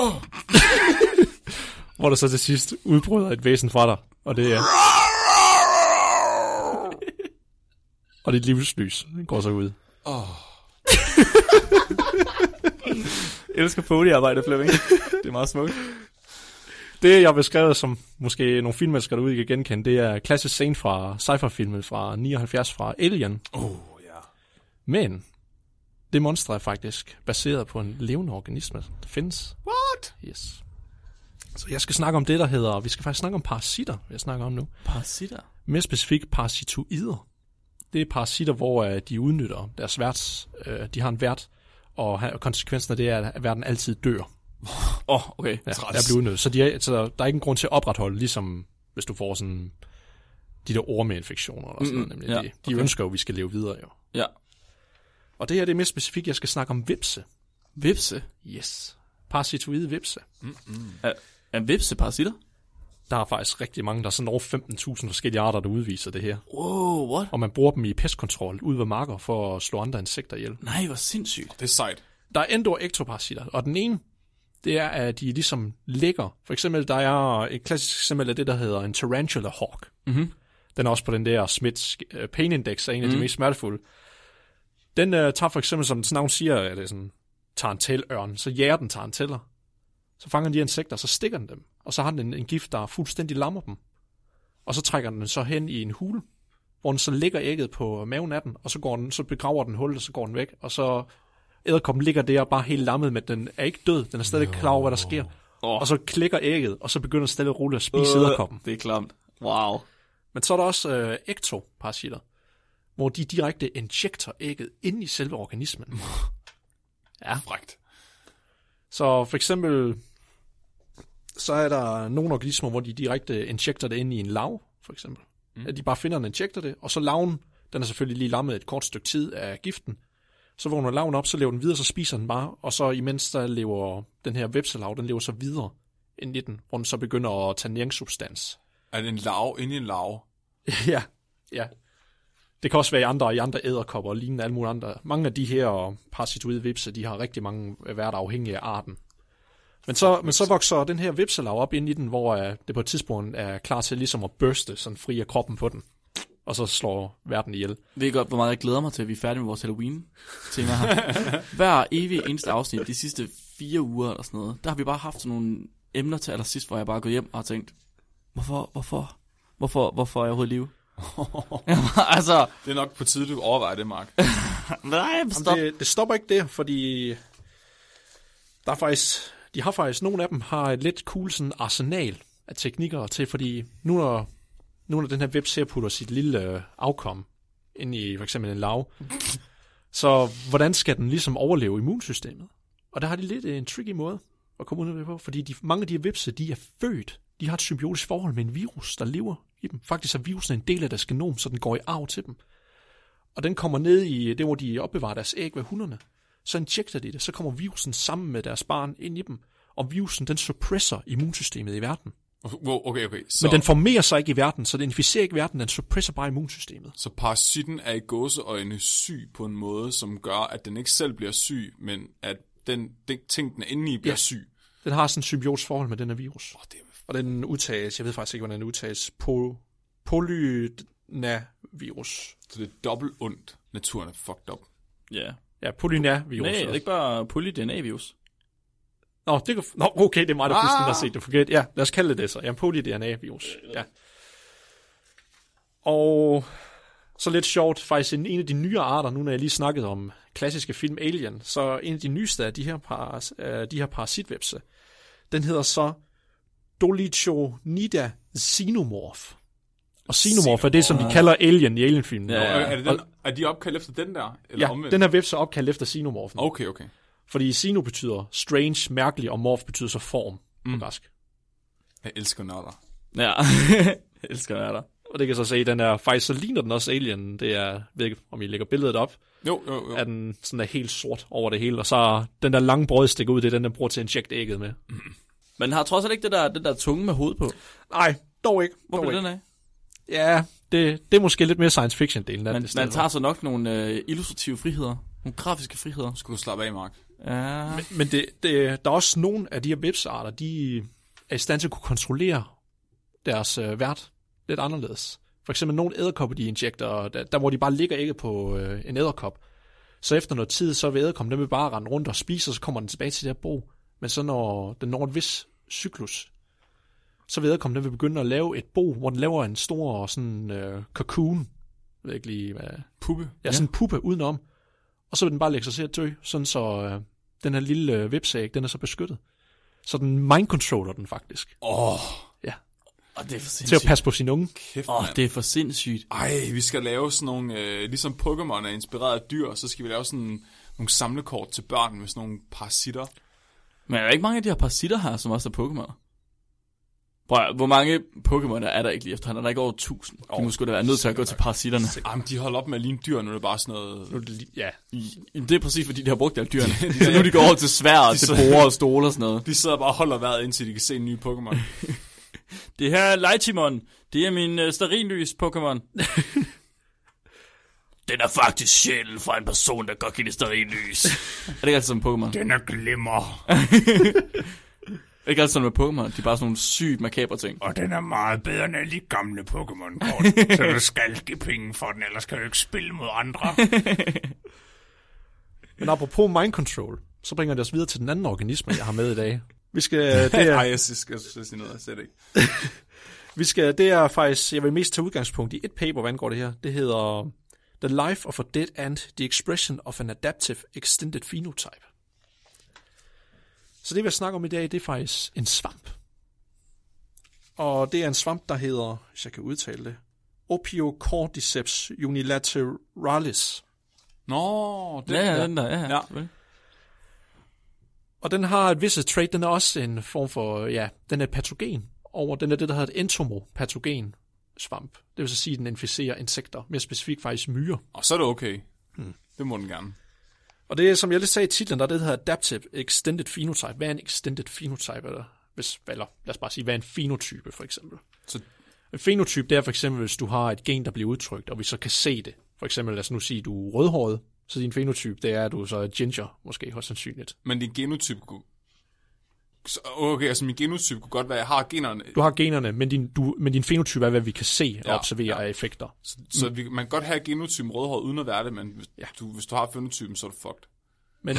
Hvor der så til sidst udbryder et væsen fra dig. Og det er... Og dit livslys går så ud. Åh. Oh. Jeg elsker foliearbejde, Flemming. Det er meget smukt. Det, jeg har beskrevet, som måske nogle filmelskere derude kan genkende, det er klassisk scene fra sci-fi-filmen fra nioghalvfjerds fra Alien. Åh, oh, ja. Men det monster er faktisk baseret på en levende organisme, der findes. What? Yes. Så jeg skal snakke om det, der hedder... Vi skal faktisk snakke om parasitter, jeg snakker om nu. Parasitter? Mere specifikt parasitoider. Det er parasitter, hvor uh, de udnytter deres vært. Uh, de har en vært, og, og konsekvensen af det er, at verden altid dør. Åh, oh, okay. Ja, der bliver udnyttet. Så, de er, så der er ikke en grund til at opretholde, ligesom hvis du får sådan de der ormeinfektioner eller sådan noget. Nemlig. Ja, de de okay. ønsker jo, at vi skal leve videre jo. Ja. Og det her det er mere specifikt, jeg skal snakke om vipse. Vipse? Yes. Parasitoide vipse. Mm-hmm. Er, er vipse parasitter? Der er faktisk rigtig mange. Der er sådan over femten tusind forskellige arter, der udviser det her. Wow, what? Og man bruger dem i pestkontrol ude ved marker for at slå andre insekter ihjel. Nej, hvor sindssygt. Det er sejt. Der er endoektoparasitter, og den ene, det er, at de ligesom ligger. For eksempel, der er et klassisk eksempel af det, der hedder en tarantula hawk. Mm-hmm. Den er også på den der Smiths pain index, er en af mm. de mest smertefulde. Den uh, tager for eksempel, som dens navn siger, at det er sådan tarantelørn, så jager den taranteller. Så fanger den de insekter, så stikker den dem. Og så har den en, en gift, der fuldstændig lammer dem. Og så trækker den så hen i en hule, hvor den så ligger ægget på maven af den, og så, går den, så begraver den hullet, og så går den væk. Og så edderkoppen ligger der bare helt lammet, men den er ikke død. Den er stadig klar over, hvad der sker. Oh. Og så klikker ægget, og så begynder den stille og roligt at spise edderkoppen. Det er klamt. Wow. Men så er der også øh, ektoparasitter, hvor de direkte injekter ægget ind i selve organismen. Ja. Frækt. Så for eksempel, så er der nogle organismer, hvor de direkte injekter det ind i en larve, for eksempel. Mm. At de bare finder og injekter det, og så larven, den er selvfølgelig lige lammet et kort stykke tid af giften. Så vågner larven op, så lever den videre, så spiser den bare, og så imens der lever den her vepselarve, den lever så videre ind i den, hvor den så begynder at tage næringssubstans. Er det en larve inde i en larve? Ja, ja. Det kan også være i andre, i andre æderkopper og lignende alle mulige andre. Mange af de her parasitoide vipse, de har rigtig mange været afhængige af arten. Men så, men så vokser den her vipselarve op ind i den, hvor uh, det på et tidspunkt er klar til ligesom at børste sådan fri af kroppen på den. Og så slår verden ihjel. Ved I godt, hvor meget jeg glæder mig til, at vi er færdige med vores Halloween-tema her? Hver evig eneste afsnit, de sidste fire uger eller sådan noget, der har vi bare haft sådan nogle emner til allersidst, hvor jeg bare er gået hjem og har tænkt, hvorfor, hvorfor, hvorfor, hvorfor er jeg overhovedet i live? Altså, det er nok på tide, du overvejer det, Mark. Nej, stop. Det, det stopper ikke der, fordi der er faktisk, de har faktisk, nogle af dem har et lidt cool sådan arsenal af teknikker til, fordi nu når, nu når den her web ser putter sit lille øh, afkom ind i for eksempel en larve, så hvordan skal den ligesom overleve immunsystemet? Og der har de lidt en tricky måde at komme ud af det på, fordi de, mange af de her vipse, de er født de har et symbiotisk forhold med en virus, der lever i dem. Faktisk er virusen en del af deres genom, så den går i arv til dem. Og den kommer ned i det, hvor de opbevarer deres æg ved hunderne. Så injekter de det, så kommer virusen sammen med deres barn ind i dem. Og virusen, den suppresser immunsystemet i verden. Wow, okay, okay. Så, Men den formerer sig ikke i verden, så den inficerer ikke verden, den suppresser bare immunsystemet. så parasitten er i gåseøjne syg på en måde, som gør, at den ikke selv bliver syg, men at den, den ting, den er inde i, bliver Ja. syg. Den har sådan en symbiotisk forhold med den her virus. Oh, det er... Og den udtages, jeg ved faktisk ikke, hvordan den udtages, po, polynavirus. Så det er dobbelt ondt. Naturen er fucked up. Ja. Ja, polynavirus. Nej, det er ikke bare poly-D N A-virus. Nå, det kan, nå, okay, det er mig, der pludselig har set det forkert. Ja, lad os kalde det det så. Ja, poly-D N A-virus. Ja. Og så lidt sjovt, faktisk en, en af de nyere arter, nu når jeg lige snakkede om klassiske film Alien, så en af de nyeste af de her, paras, uh, de her parasitvepse, den hedder så Dolichonida xenomorph. Og xenomorph er det, som de kalder Alien i Alien-filmen. Ja, Ja, ja. er, det den, er de opkaldt efter den der? Eller Ja, omvendt? den her vepse er opkaldt efter xenomorphen. Okay, okay. Fordi xeno betyder strange, mærkelig, og morph betyder så form på Mm. græsk. Jeg elsker nørder. Ja, jeg elsker den er der. Og det kan så se, den er faktisk, så ligner den også Alien. Det er, jeg ved ikke, om I lægger billedet op, Jo, jo, jo. er den sådan er helt sort over det hele. Og så er den der lange brød stikker ud, det er den, der bruger til at injekte ægget med. Men den har trods alt ikke det der, den der tunge med hoved på. Nej, dog ikke. Hvor dog bliver ikke. den af? Ja, det, det er måske lidt mere science fiction-delen af Man, det. man tager så nok nogle øh, illustrative friheder. Nogle grafiske friheder. Skulle du slappe af, Mark? Ja. Men, men det, det, der er også nogle af de her vepsearter, de er i stand til at kunne kontrollere deres øh, vært lidt anderledes. For eksempel nogle æderkopper, de injekter, der, der hvor de bare ligger ikke på øh, en æderkop. Så efter noget tid, så vil æderkoppen, den vil bare rende rundt og spise, og så kommer den tilbage til det her bo. Men så når den når en vis cyklus, så vil æderkoppen, den vil begynde at lave et bo, hvor den laver en stor sådan øh, cocoon, jeg ved ikke lige hvad. Puppe? Ja, sådan en puppe udenom. Og så vil den bare lægge sig til at dø, sådan så øh, den her lille øh, vipsæg, den er så beskyttet. Så den mind-controller den faktisk. Åh, oh, Ja, Og det er for til at sindssygt. passe på sin unge. kæft, Åh, mand. det er for sindssygt. Ej, vi skal lave sådan nogle, øh, ligesom Pokémon er inspireret af dyr, så skal vi lave sådan nogle samlekort til børn med sådan nogle parasitter. Men er der ikke mange af de her parasitter her, som også er Pokémon? Prøv, hvor mange Pokémon er der ikke lige efterhånden? Er der ikke over tusind? De må sgu da være nødt til at gå til parasitterne. Ej, men de holder op med at ligne dyr, nu er det bare sådan noget... Nu er det lige- Ja, Det er præcis, fordi de har brugt alle dyrene. Så nu de går over til svær og til borer og stole og sådan noget. De sidder bare og holder vejret, indtil de kan se en ny Pokémon. Det her er Leitimon. Det er min uh, stearinlys Pokémon. Den er faktisk sjælen fra en person, der godt kan lide stearinlys. Er det ikke altid som Pokémon? Den er glimmer. Det er ikke altid sådan med Pokémon. De er bare sådan nogle sygt makabre ting. Og den er meget bedre end alle de gamle Pokémon-kort. Så du skal give penge for den, ellers kan du ikke spille mod andre. men apropos mind control, så bringer det os videre til den anden organisme, jeg har med i dag. Vi skal, det er, Ej, jeg skal, jeg skal sige noget, jeg ser det ikke. vi skal, det er faktisk, jeg vil mest tage udgangspunkt i et paper, hvad angår det her. Det hedder The Life of a Dead Ant, The Expression of an Adaptive Extended Phenotype. Så det, vi snakker om i dag, det er faktisk en svamp. Og det er en svamp, der hedder, hvis jeg kan udtale det, Opiocordyceps unilateralis. Nå, den Ja, ja, der. den der. Ja, ja. Ja. Og den har et vist trait, den er også en form for, ja, den er patogen. Og den er det, der hedder et entomopatogen svamp. Det vil så sige, at den inficerer insekter, mere specifikt faktisk myrer. Og så er det okay. Hmm. Det må den gerne. Og det er, som jeg lige sagde i titlen, der er det, der hedder Adaptive Extended Phenotype. Hvad er en Extended Phenotype? Eller, hvis, eller lad os bare sige, hvad er en fenotype for eksempel? Så En fenotype, det er for eksempel, hvis du har et gen, der bliver udtrykt, og vi så kan se det. For eksempel, lad os nu sige, at du er rødhåret, så din fenotype, det er, at du så er ginger, måske højst sandsynligt. Men din genotype kunne... Så, okay, altså min genotype kunne godt være, at jeg har generne... Du har generne, men din, du, men din fenotype er, hvad vi kan se og Ja, observere ja. af effekter. Så, så vi, man kan godt have genotypen rødhåret uden at være det, men hvis, Ja. ja. du, hvis du har fenotypen, så er du fucked. Men,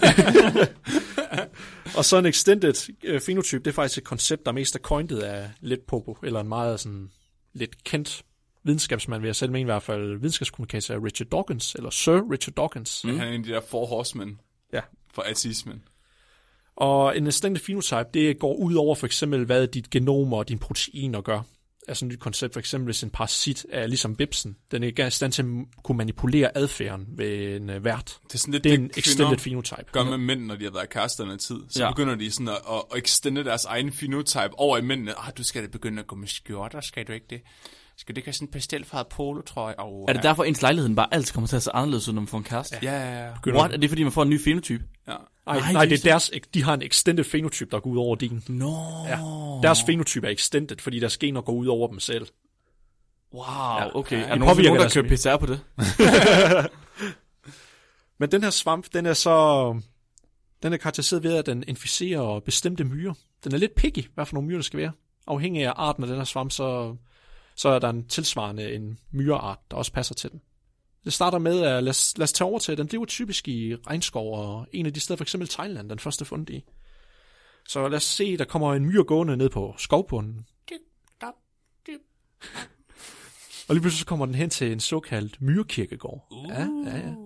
og så en extended øh, phenotype, det er faktisk et koncept, der mest er coined af lidt popo, eller en meget sådan lidt kendt videnskabsmand, vil jeg selv mene i hvert fald, videnskabskommunikator Richard Dawkins, eller Sir Richard Dawkins. Mm. Han er en af de der four horsemen Ja. for ateismen. Og en extended phenotype, det går ud over for eksempel, hvad dit genom og dine proteiner gør. er sådan et nyt koncept, for eksempel hvis en parasit er ligesom bipsen, den er ikke i stand til at kunne manipulere adfærden ved en uh, vært. Det er, sådan lidt, det er det en extended phenotype. Gør med mænd, når de har været kærester en tid. Så ja. ja. begynder de sådan at, at, at extende deres egen phenotype over i mændene. Ah, du skal da begynde at gå med skjorter, skal du ikke det? Skal det ikke have sådan en pastelfarvet polo, tror jeg? Oh, er det ja. derfor, ens lejligheden bare altid kommer til at se anderledes ud, når man får en kæreste? Ja, ja, ja. What? Er det fordi, man får en ny fenotype? Ja. Nej, nej, nej, det er deres, de har en extended phenotype, der går ud over din. Nå. Ja. Deres phenotype er extended, fordi deres gener går ud over dem selv. Wow, okay. Ja, er der nogen, nogen, der kører P C R på det? Men den her svamp, den er så... Den er karakteriseret ved, at den inficerer bestemte myrer. Den er lidt picky, hvad for nogle myrer det skal være. Afhængig af arten af den her svamp, så, så er der en tilsvarende en myreart, der også passer til den. Det starter med, at lad os, lad os tage over til, den lever typisk i regnskov, og en af de steder, for eksempel Thailand, den første fundet i. Så lad os se, der kommer en myre gående ned på skovbunden. Og lige pludselig så kommer den hen til en såkaldt myrekirkegård. Uh. Ja, ja, ja.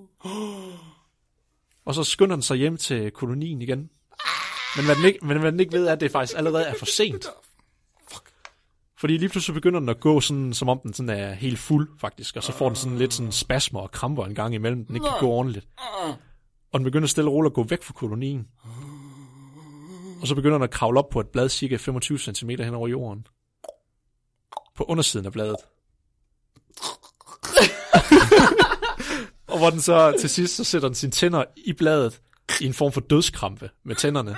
Og så skynder den sig hjem til kolonien igen. Men hvad den ikke, men hvad den ikke ved, er, at det faktisk allerede er for sent. Fordi lige pludselig begynder den at gå sådan, som om den sådan er helt fuld, faktisk. Og så får den sådan lidt sådan spasmer og kramper en gang imellem. Den ikke kan gå ordentligt. Og den begynder stille og roligt at gå væk fra kolonien. Og så begynder den at kravle op på et blad cirka femogtyve centimeter hen over jorden. På undersiden af bladet. Og hvor den så til sidst, så sætter den sine tænder i bladet i en form for dødskrampe med tænderne.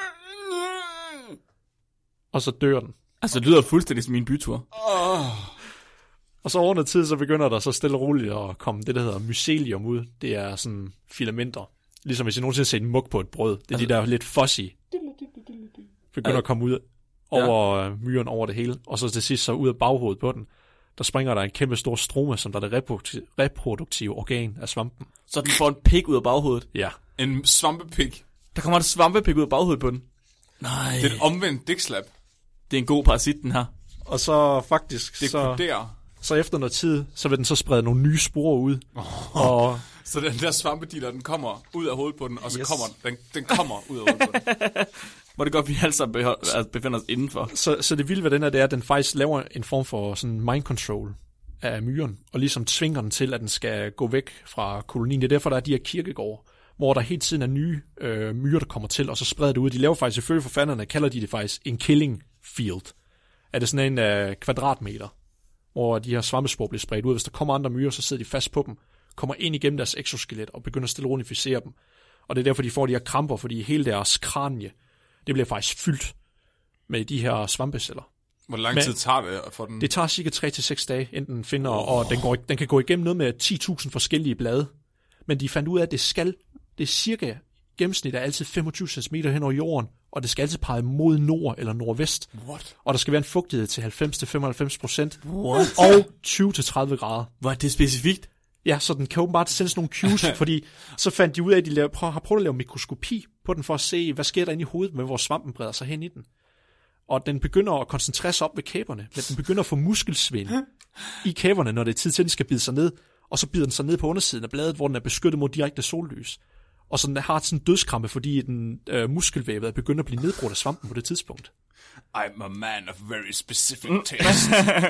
Og så dør den. Altså, det lyder fuldstændig som min bytur. Oh. Og så over noget tid, så begynder der så stille og roligt at komme det, der hedder mycelium ud. Det er sådan filamenter. Ligesom hvis I nogensinde ser en mug på et brød. Det er altså, de der lidt fuzzy. Begynder at komme ud over ja. myren over det hele. Og så til sidst så ud af baghovedet på den, der springer der en kæmpe stor stroma, som der er det reproduktive, reproduktive organ af svampen. Så den får en pik ud af baghovedet? Ja. En svampepik. Der kommer en svampepik ud af baghovedet på den? Nej. Det er en omvendt dikslap. Det er en god parasit, den her. Og så faktisk, det så, der. så efter noget tid, så vil den så sprede nogle nye sporer ud. Oh. Og så den der svampediler, den kommer ud af hovedet på den, og så yes. kommer den, den kommer ud af hovedet på den. Hvor det godt, vi altså befinder os indenfor. Så, så det vilde ved den her, det er, at den faktisk laver en form for sådan mind control af myren, og ligesom tvinger den til, at den skal gå væk fra kolonien. Det er derfor, der er de her kirkegårde, hvor der hele tiden er nye øh, myrer, der kommer til, og så spreder det ud. De laver faktisk, ifølge forfatterne, kalder de det faktisk en killing field. Er det sådan en øh, kvadratmeter, hvor de her svampespor bliver spredt ud. Hvis der kommer andre myrer, så sidder de fast på dem, kommer ind igennem deres exoskelet og begynder stille og roligt at inficere dem. Og det er derfor, de får de her kramper, fordi hele deres kranie, det bliver faktisk fyldt med de her svampeceller. Hvor lang tid Men, tager det for den? Det tager cirka tre til seks dage, inden den finder, oh. og den, går, den kan gå igennem noget med ti tusind forskellige blade. Men de fandt ud af, at det skal, det er cirka gennemsnit er altid femogtyve centimeter hen over jorden, og det skal altid pege mod nord eller nordvest. What? Og der skal være en fugtighed til halvfems til femoghalvfems procent og tyve til tredive grader. Hvor er det specifikt? Ja, så den kan åbenbart sende sådan nogle cues, fordi så fandt de ud af, at de laver, prøv, har prøvet at lave mikroskopi på den for at se, hvad sker der inde i hovedet med, hvor svampen breder sig hen i den. Og den begynder at koncentrere sig op ved kæberne, men den begynder at få muskelsvind i kæberne, når det er tid til, at den skal bide sig ned, og så bider den sig ned på undersiden af bladet, hvor den er beskyttet mod direkte sollys. Og så den har sådan en dødskrampe, fordi den øh, muskelvævet er begyndt at blive nedbrudt af svampen på det tidspunkt. I'm a man of very specific taste.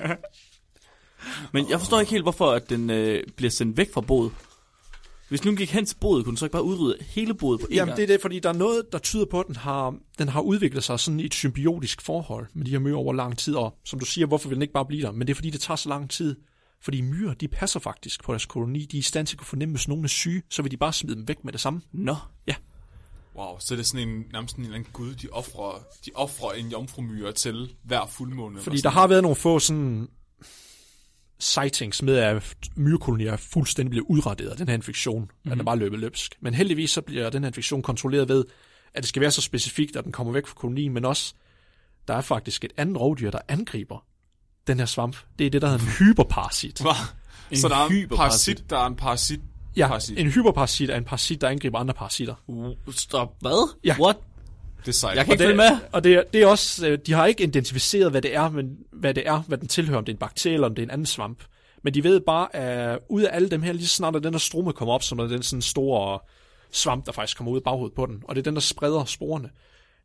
Men jeg forstår ikke helt, hvorfor at den øh, bliver sendt væk fra boet. Hvis nu gik hen til boet, kunne den så ikke bare udrydde hele boet på en Jamen gang? det er det, fordi der er noget, der tyder på, at den har, den har udviklet sig sådan i et symbiotisk forhold med de her myrer over lang tid. Og som du siger, hvorfor vil den ikke bare blive der? Men det er fordi, det tager så lang tid. Fordi myrer, de passer faktisk på deres koloni. De er i stand til at kunne fornemme, hvis nogen er syge, så vil de bare smide dem væk med det samme. Nå. Ja. Wow, så er det sådan en, nærmest en eller anden gud, de offrer, de offrer en jomfrumyre til hver fuldmåne. Fordi der har været nogle få sådan sightings med, at myrekolonier er fuldstændig blevet udrettet af den her infektion, mm-hmm. at den bare løbet løbsk. Men heldigvis så bliver den her infektion kontrolleret ved, at det skal være så specifikt, at den kommer væk fra kolonien, men også, der er faktisk et andet rovdyr, der angriber den her svamp. Det er det, der hedder en hyperparasit. Hva? Så der er en parasit, der er en parasit. Ja, parasit. En hyperparasit er en parasit, der angriber andre parasitter. Uh, stop, hvad? Ja. What? Det er sejt. Jeg kan ikke følge med. Og det er, det er også, de har ikke identificeret, hvad det er, men hvad det er, hvad den tilhører, om det er en bakterie, eller om det er en anden svamp. Men de ved bare, at ud af alle dem her, lige så snart at den her strome kommer op, som er den sådan store svamp, der faktisk kommer ud af baghovedet på den, og det er den, der spreder sporene.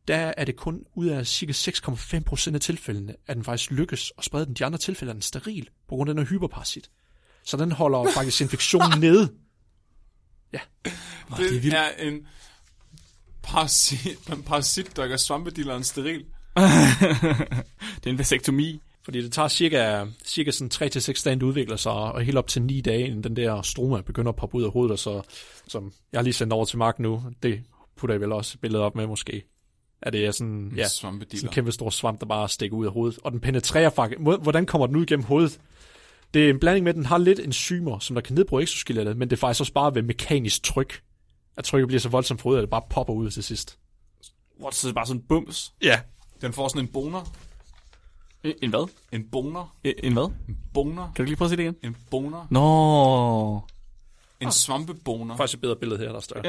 der er det kun ud af cirka seks komma fem procent af tilfældene, at den faktisk lykkes at sprede den. De andre tilfælde er den steril, på grund af den her hyperparasit. Så den holder faktisk infektionen nede. Ja. Oh, det, det er en parasit, en parasit der gør svampedilleren steril. Det er en vasektomi. Fordi det tager cirka, cirka sådan tre til seks dage, det udvikler sig, og helt op til ni dage, inden den der stroma begynder at poppe ud af hovedet, og så, som jeg har lige sendt over til Mark nu, det putter jeg vel også billedet op med måske, at det er sådan, ja, sådan en kæmpe stor svamp, der bare stikker ud af hovedet, og den penetrerer faktisk. Hvordan kommer den ud gennem hovedet? Det er en blanding med, at den har lidt enzymer, som der kan nedbryde exoskelettet, men det er faktisk også bare ved mekanisk tryk, at trykket bliver så voldsomt for hovedet, at det bare popper ud til sidst. What, så det er bare sådan en bums? Ja. Den får sådan en boner. En, en hvad? En boner. En, en hvad? En boner. Kan du lige prøve at se det igen? En boner. Nå. En svampeboner. Faktisk et bedre billede her, der er større. Ja.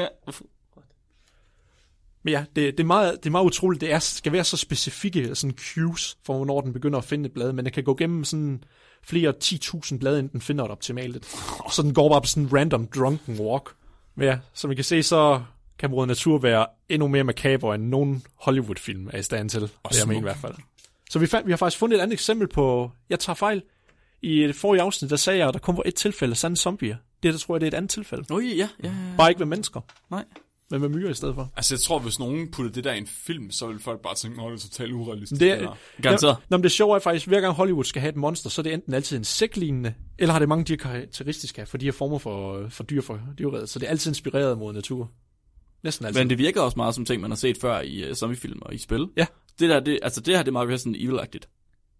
Men ja, det, det, er meget, det er meget utroligt. Det er, skal være så specifikke sådan cues, for hvornår den begynder at finde et blad, men den kan gå gennem sådan flere ti tusind blade, inden den finder et optimalt. Så den går bare på sådan en random drunken walk. Men ja, som I kan se, så kan Moder Natur være endnu mere makaber, end nogen Hollywood-film er i stand til. Og det er i hvert fald. Så vi, fandt, vi har faktisk fundet et andet eksempel på, jeg tager fejl. I det forrige afsnit, der sagde jeg, at der kun var et tilfælde af sande zombier. Det der tror jeg, det er et andet tilfælde. Ui, ja, ja, ja. Bare ikke med mennesker. Nej. Men med myrer i stedet for. Altså, jeg tror, hvis nogen puttede det der i en film, så ville folk bare tænke, at det er totalt urealistisk. Det er, garanteret. Nå, men det sjove er faktisk, hver gang Hollywood skal have et monster, så er det enten altid en sæklignende, eller har det mange de karakteristiske for de her former for, for dyr for dyreriget. Så det er altid inspireret mod natur. Næsten altid. Men det virker også meget som ting, man har set før i uh, zombiefilm og i spil. Ja. Det der, det, altså det her, det er meget Resident Evil-agtigt.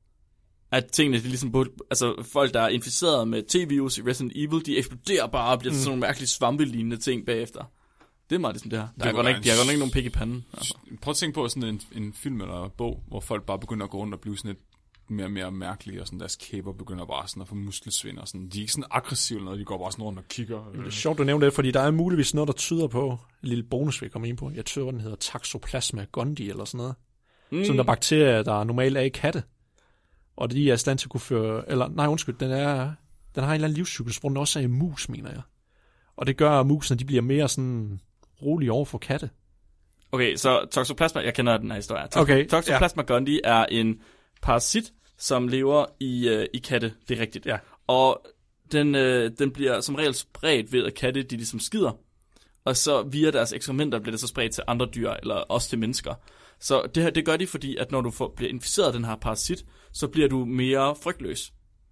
At tingene, det er ligesom, altså folk, der er inficeret med T-virus i Resident Evil, de eksploderer bare og bliver mm. sådan nogle mærkelige svampelignende ting bagefter. Det er meget ligesom det her. Der er godt ikke, de har godt ikke nogen pik i panden. Altså. Prøv at tænke på sådan en, en film eller bog, hvor folk bare begynder at gå rundt og blive sådan lidt mere og mere mærkelige, og sådan deres kæber begynder bare sådan at få muskelsvind, og sådan. De er ikke sådan aggressive, når de går bare sådan rundt og kigger. Det er sjovt, du nævnte det, fordi der er muligvis noget, der tyder på, en lille bonus, vi kommer ind på. Jeg tror, den hedder Toxoplasma gondii, eller sådan noget. Mm. Som der er bakterier, der normalt er i katte. Og de er i stand til at kunne føre, eller nej, undskyld, den, er, den har en eller anden livscykel, hvor den også er i mus, mener jeg. Og det gør, at musene, de bliver mere sådan rolige over for katte. Okay, så Toxoplasma, jeg kender den her historie. Tox- okay, Toxoplasma ja. gondii er en parasit, som lever i, øh, i katte, det er rigtigt. Ja. Og den, øh, den bliver som regel spredt ved, at katte, de ligesom skider. Og så via deres ekskrementer bliver det så spredt til andre dyr, eller også til mennesker. Så det her, det gør de, fordi at når du får, bliver inficeret af den her parasit, så bliver du mere frygtløs.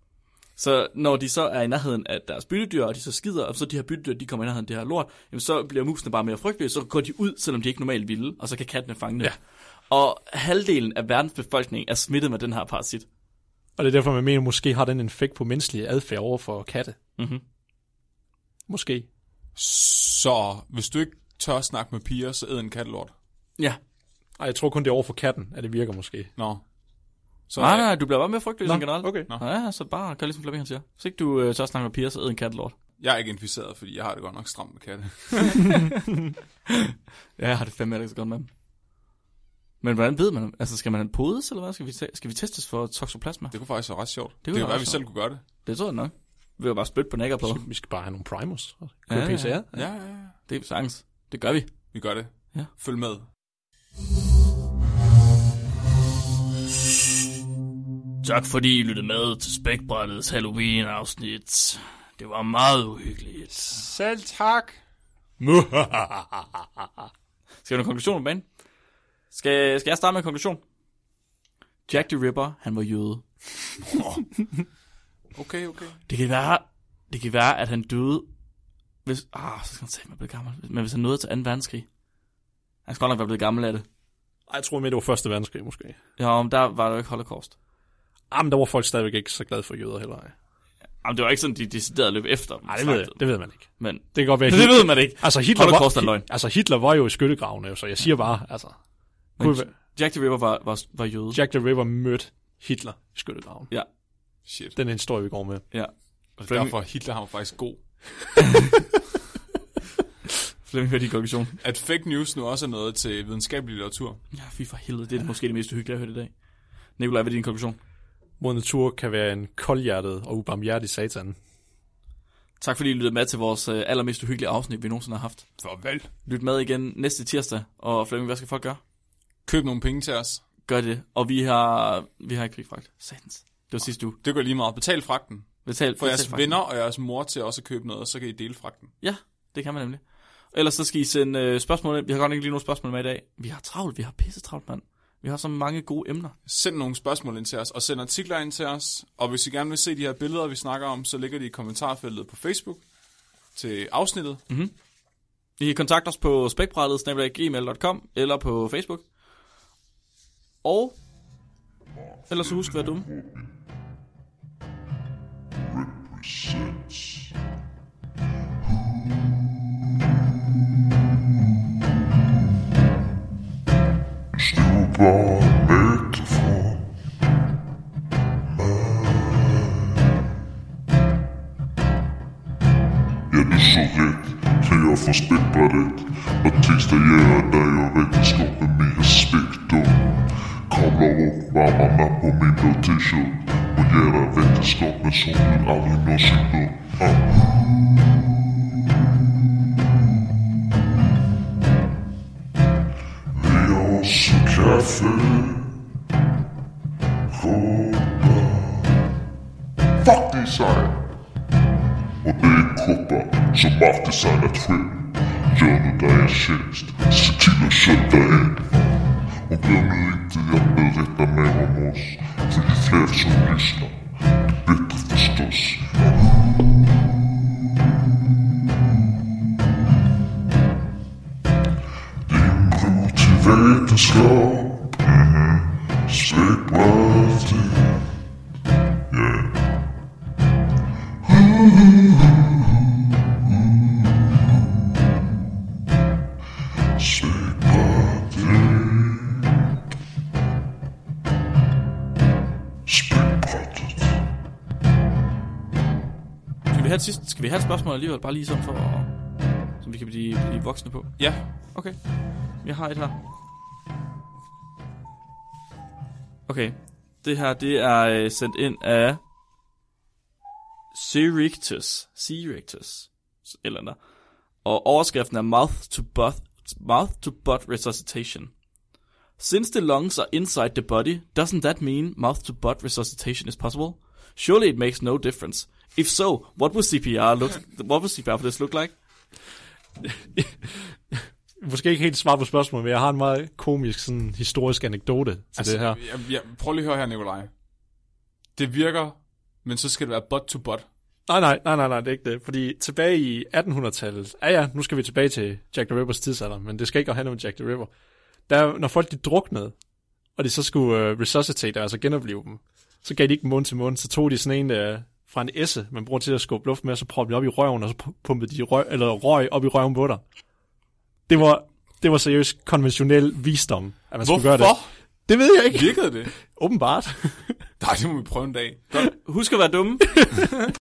Så når de så er i nærheden af deres byttedyr, og de så skider, og så de her byttedyr, de kommer i nærheden af det her lort, jamen så bliver musene bare mere frygtløse, så går de ud, selvom de ikke normalt ville, og så kan kattene fange dem. Ja. Og halvdelen af verdens befolkning er smittet med den her parasit. Og det er derfor, man mener, måske har den en effekt på menneskelige adfærd over for katte. Mm-hmm. Måske. Så hvis du ikke tør snakke med piger, så æd en kattelort. Ja. Ej, jeg tror kun det er over for katten, at det virker måske. Nå. Så nej, nej, du bliver bare mere frygtløs end generelt. Okay. Nå. Ja, så bare gør ligesom Flemming han siger. Så ikke du øh, tør snakke med piger, så æd en kattelort. Jeg er ikke inficeret, fordi jeg har det godt nok stramt med katte. Ja, jeg har det fandme ikke så godt med dem. Men hvordan ved man? Altså, skal man podes, eller hvad? Skal vi, te- skal vi testes for toxoplasma? Det kunne faktisk være ret sjovt. Det, det kunne være, at vi selv kunne gøre det. Det tror jeg nok. Vi vil bare spytte på nækker på. Vi skal bare have nogle primers. Ja, ja, ja. ja, ja, ja. Det er sagtens. Det gør vi. Vi gør det. Ja. Følg med. Tak fordi I lyttede med til Spækbrættets Halloween-afsnit. Det var meget uhyggeligt. Selv tak. Skal vi have en konklusion på banen? Skal, skal jeg starte med en konklusion? Jack the Ripper, han var jøde. Okay, okay. Det kan være, det kan være, at han døde, hvis, ah, så skal han sige, at han blev gammel, men hvis han nåede til anden verdenskrig. Han skal nok være blevet gammel af det. Ej, jeg tror mere, det var første verdenskrig, måske. Ja, men der var der jo ikke holocaust. Jamen, der var folk stadigvæk ikke så glade for jøder heller. Jamen, det var ikke sådan, de deciderede løb efter dem. Nej, det ved, jeg, det ved man ikke. Men det kan godt være, det ved man ikke. Altså, Hitler holocaust var, er løgn. Altså, Hitler var jo i skyttegravene, så jeg siger bare, altså. Men Jack the Ripper var, var, var jøde. Jack the Ripper mødte Hitler i skyttegraven. Ja. Shit. Den er en historie, vi går med. Ja. Og derfor Hitler har faktisk god. Flemming hørte i konklusion. At fake news nu også er noget til videnskabelig litteratur. Ja, fy for helvede. Det er måske det mest uhyggelige, jeg har hørt i dag. Nikolaj, hvad er din konklusion? Mod natur kan være en koldhjertet og ubarmhjertig satan. Tak fordi I lyttede med til vores uh, allermest uhyggelige afsnit, vi nogensinde har haft. Farvel. Lyt med igen næste tirsdag. Og Flemming, hvad skal folk gøre? Køb nogle penge til os. Gør det. Og vi har, vi har ikke fri fragt. Satans. Det var sidste uge. Det går lige meget. Betal fragten. Betal, For jeres fragten. venner og jeres mor til også at købe noget, og så kan I dele fragten. Ja, det kan man nemlig. Ellers så skal I sende øh, spørgsmål ind. Vi har godt ikke lige nogle spørgsmål med i dag. Vi har travlt. Vi har pisse travlt, mand. Vi har så mange gode emner. Send nogle spørgsmål ind til os, og send artikler ind til os. Og hvis I gerne vil se de her billeder, vi snakker om, så ligger de i kommentarfeltet på Facebook til afsnittet. Mm-hmm. I kan kontakte os på spækbrættet snabel-a gmail punktum com eller på Facebook. Og ellers så husk at være dumme. Represents. Still bare metafor. Ja, du så rätt, för jag får späckbrädet. Och textagerar dig och vetenskapen med respekt och kablar upp armarna på min blå t-shirt och göra vetenskapen som du aldrig någonsin hört. Ah. Vi har också kaffe, koppar. Fuck det, säger. Och det är koppar som Mark designat själv. Gör du dig en tjänst, se till att köpa en. Och glöm nu inte att berätta mer om oss. För ju fler som lyssnar, det bättre förstås. Din bro till vetenskap. Mm-hmm. Späckbrädet. Yeah. Skal vi have et sidste, skal vi have et spørgsmål alligevel, bare lige sådan for at, så vi kan blive, blive voksne på? Ja. Okay. Jeg har et her. Okay. Det her, det er øh, sendt ind af Sirictus. Sirictus. Eller der. Og overskriften er mouth to butt, mouth to butt resuscitation. Since the lungs are inside the body, doesn't that mean mouth to butt resuscitation is possible? Surely it makes no difference. If so, what would C P R look? What would C P R for this look like? Måske ikke helt svar på spørgsmålet, men jeg har en meget komisk sådan, historisk anekdote til altså, det her. Jeg, jeg, prøv lige at høre her, Nikolaj. Det virker, men så skal det være butt to butt. Nej, nej, nej, nej, nej, det er ikke det. Fordi tilbage i attenhundredetallet, ja ja, nu skal vi tilbage til Jack the Rippers tidsalder, men det skal ikke handle om Jack the Ripper. Der, når folk de druknede, og de så skulle uh, resuscitate, altså genopleve dem, så gav de ikke mund til mund, så tog de sådan en uh, fra en esse, man bruger til at skubbe luft med, og så proppede de op i røven, og så pumpede de røg, eller røg op i røven på dig. Det var, det var seriøst konventionel visdom, at man skulle gøre det. Det ved jeg ikke. Virkede det? Åbenbart. Nej, det må vi prøve en dag. Godt. Husk at være dumme.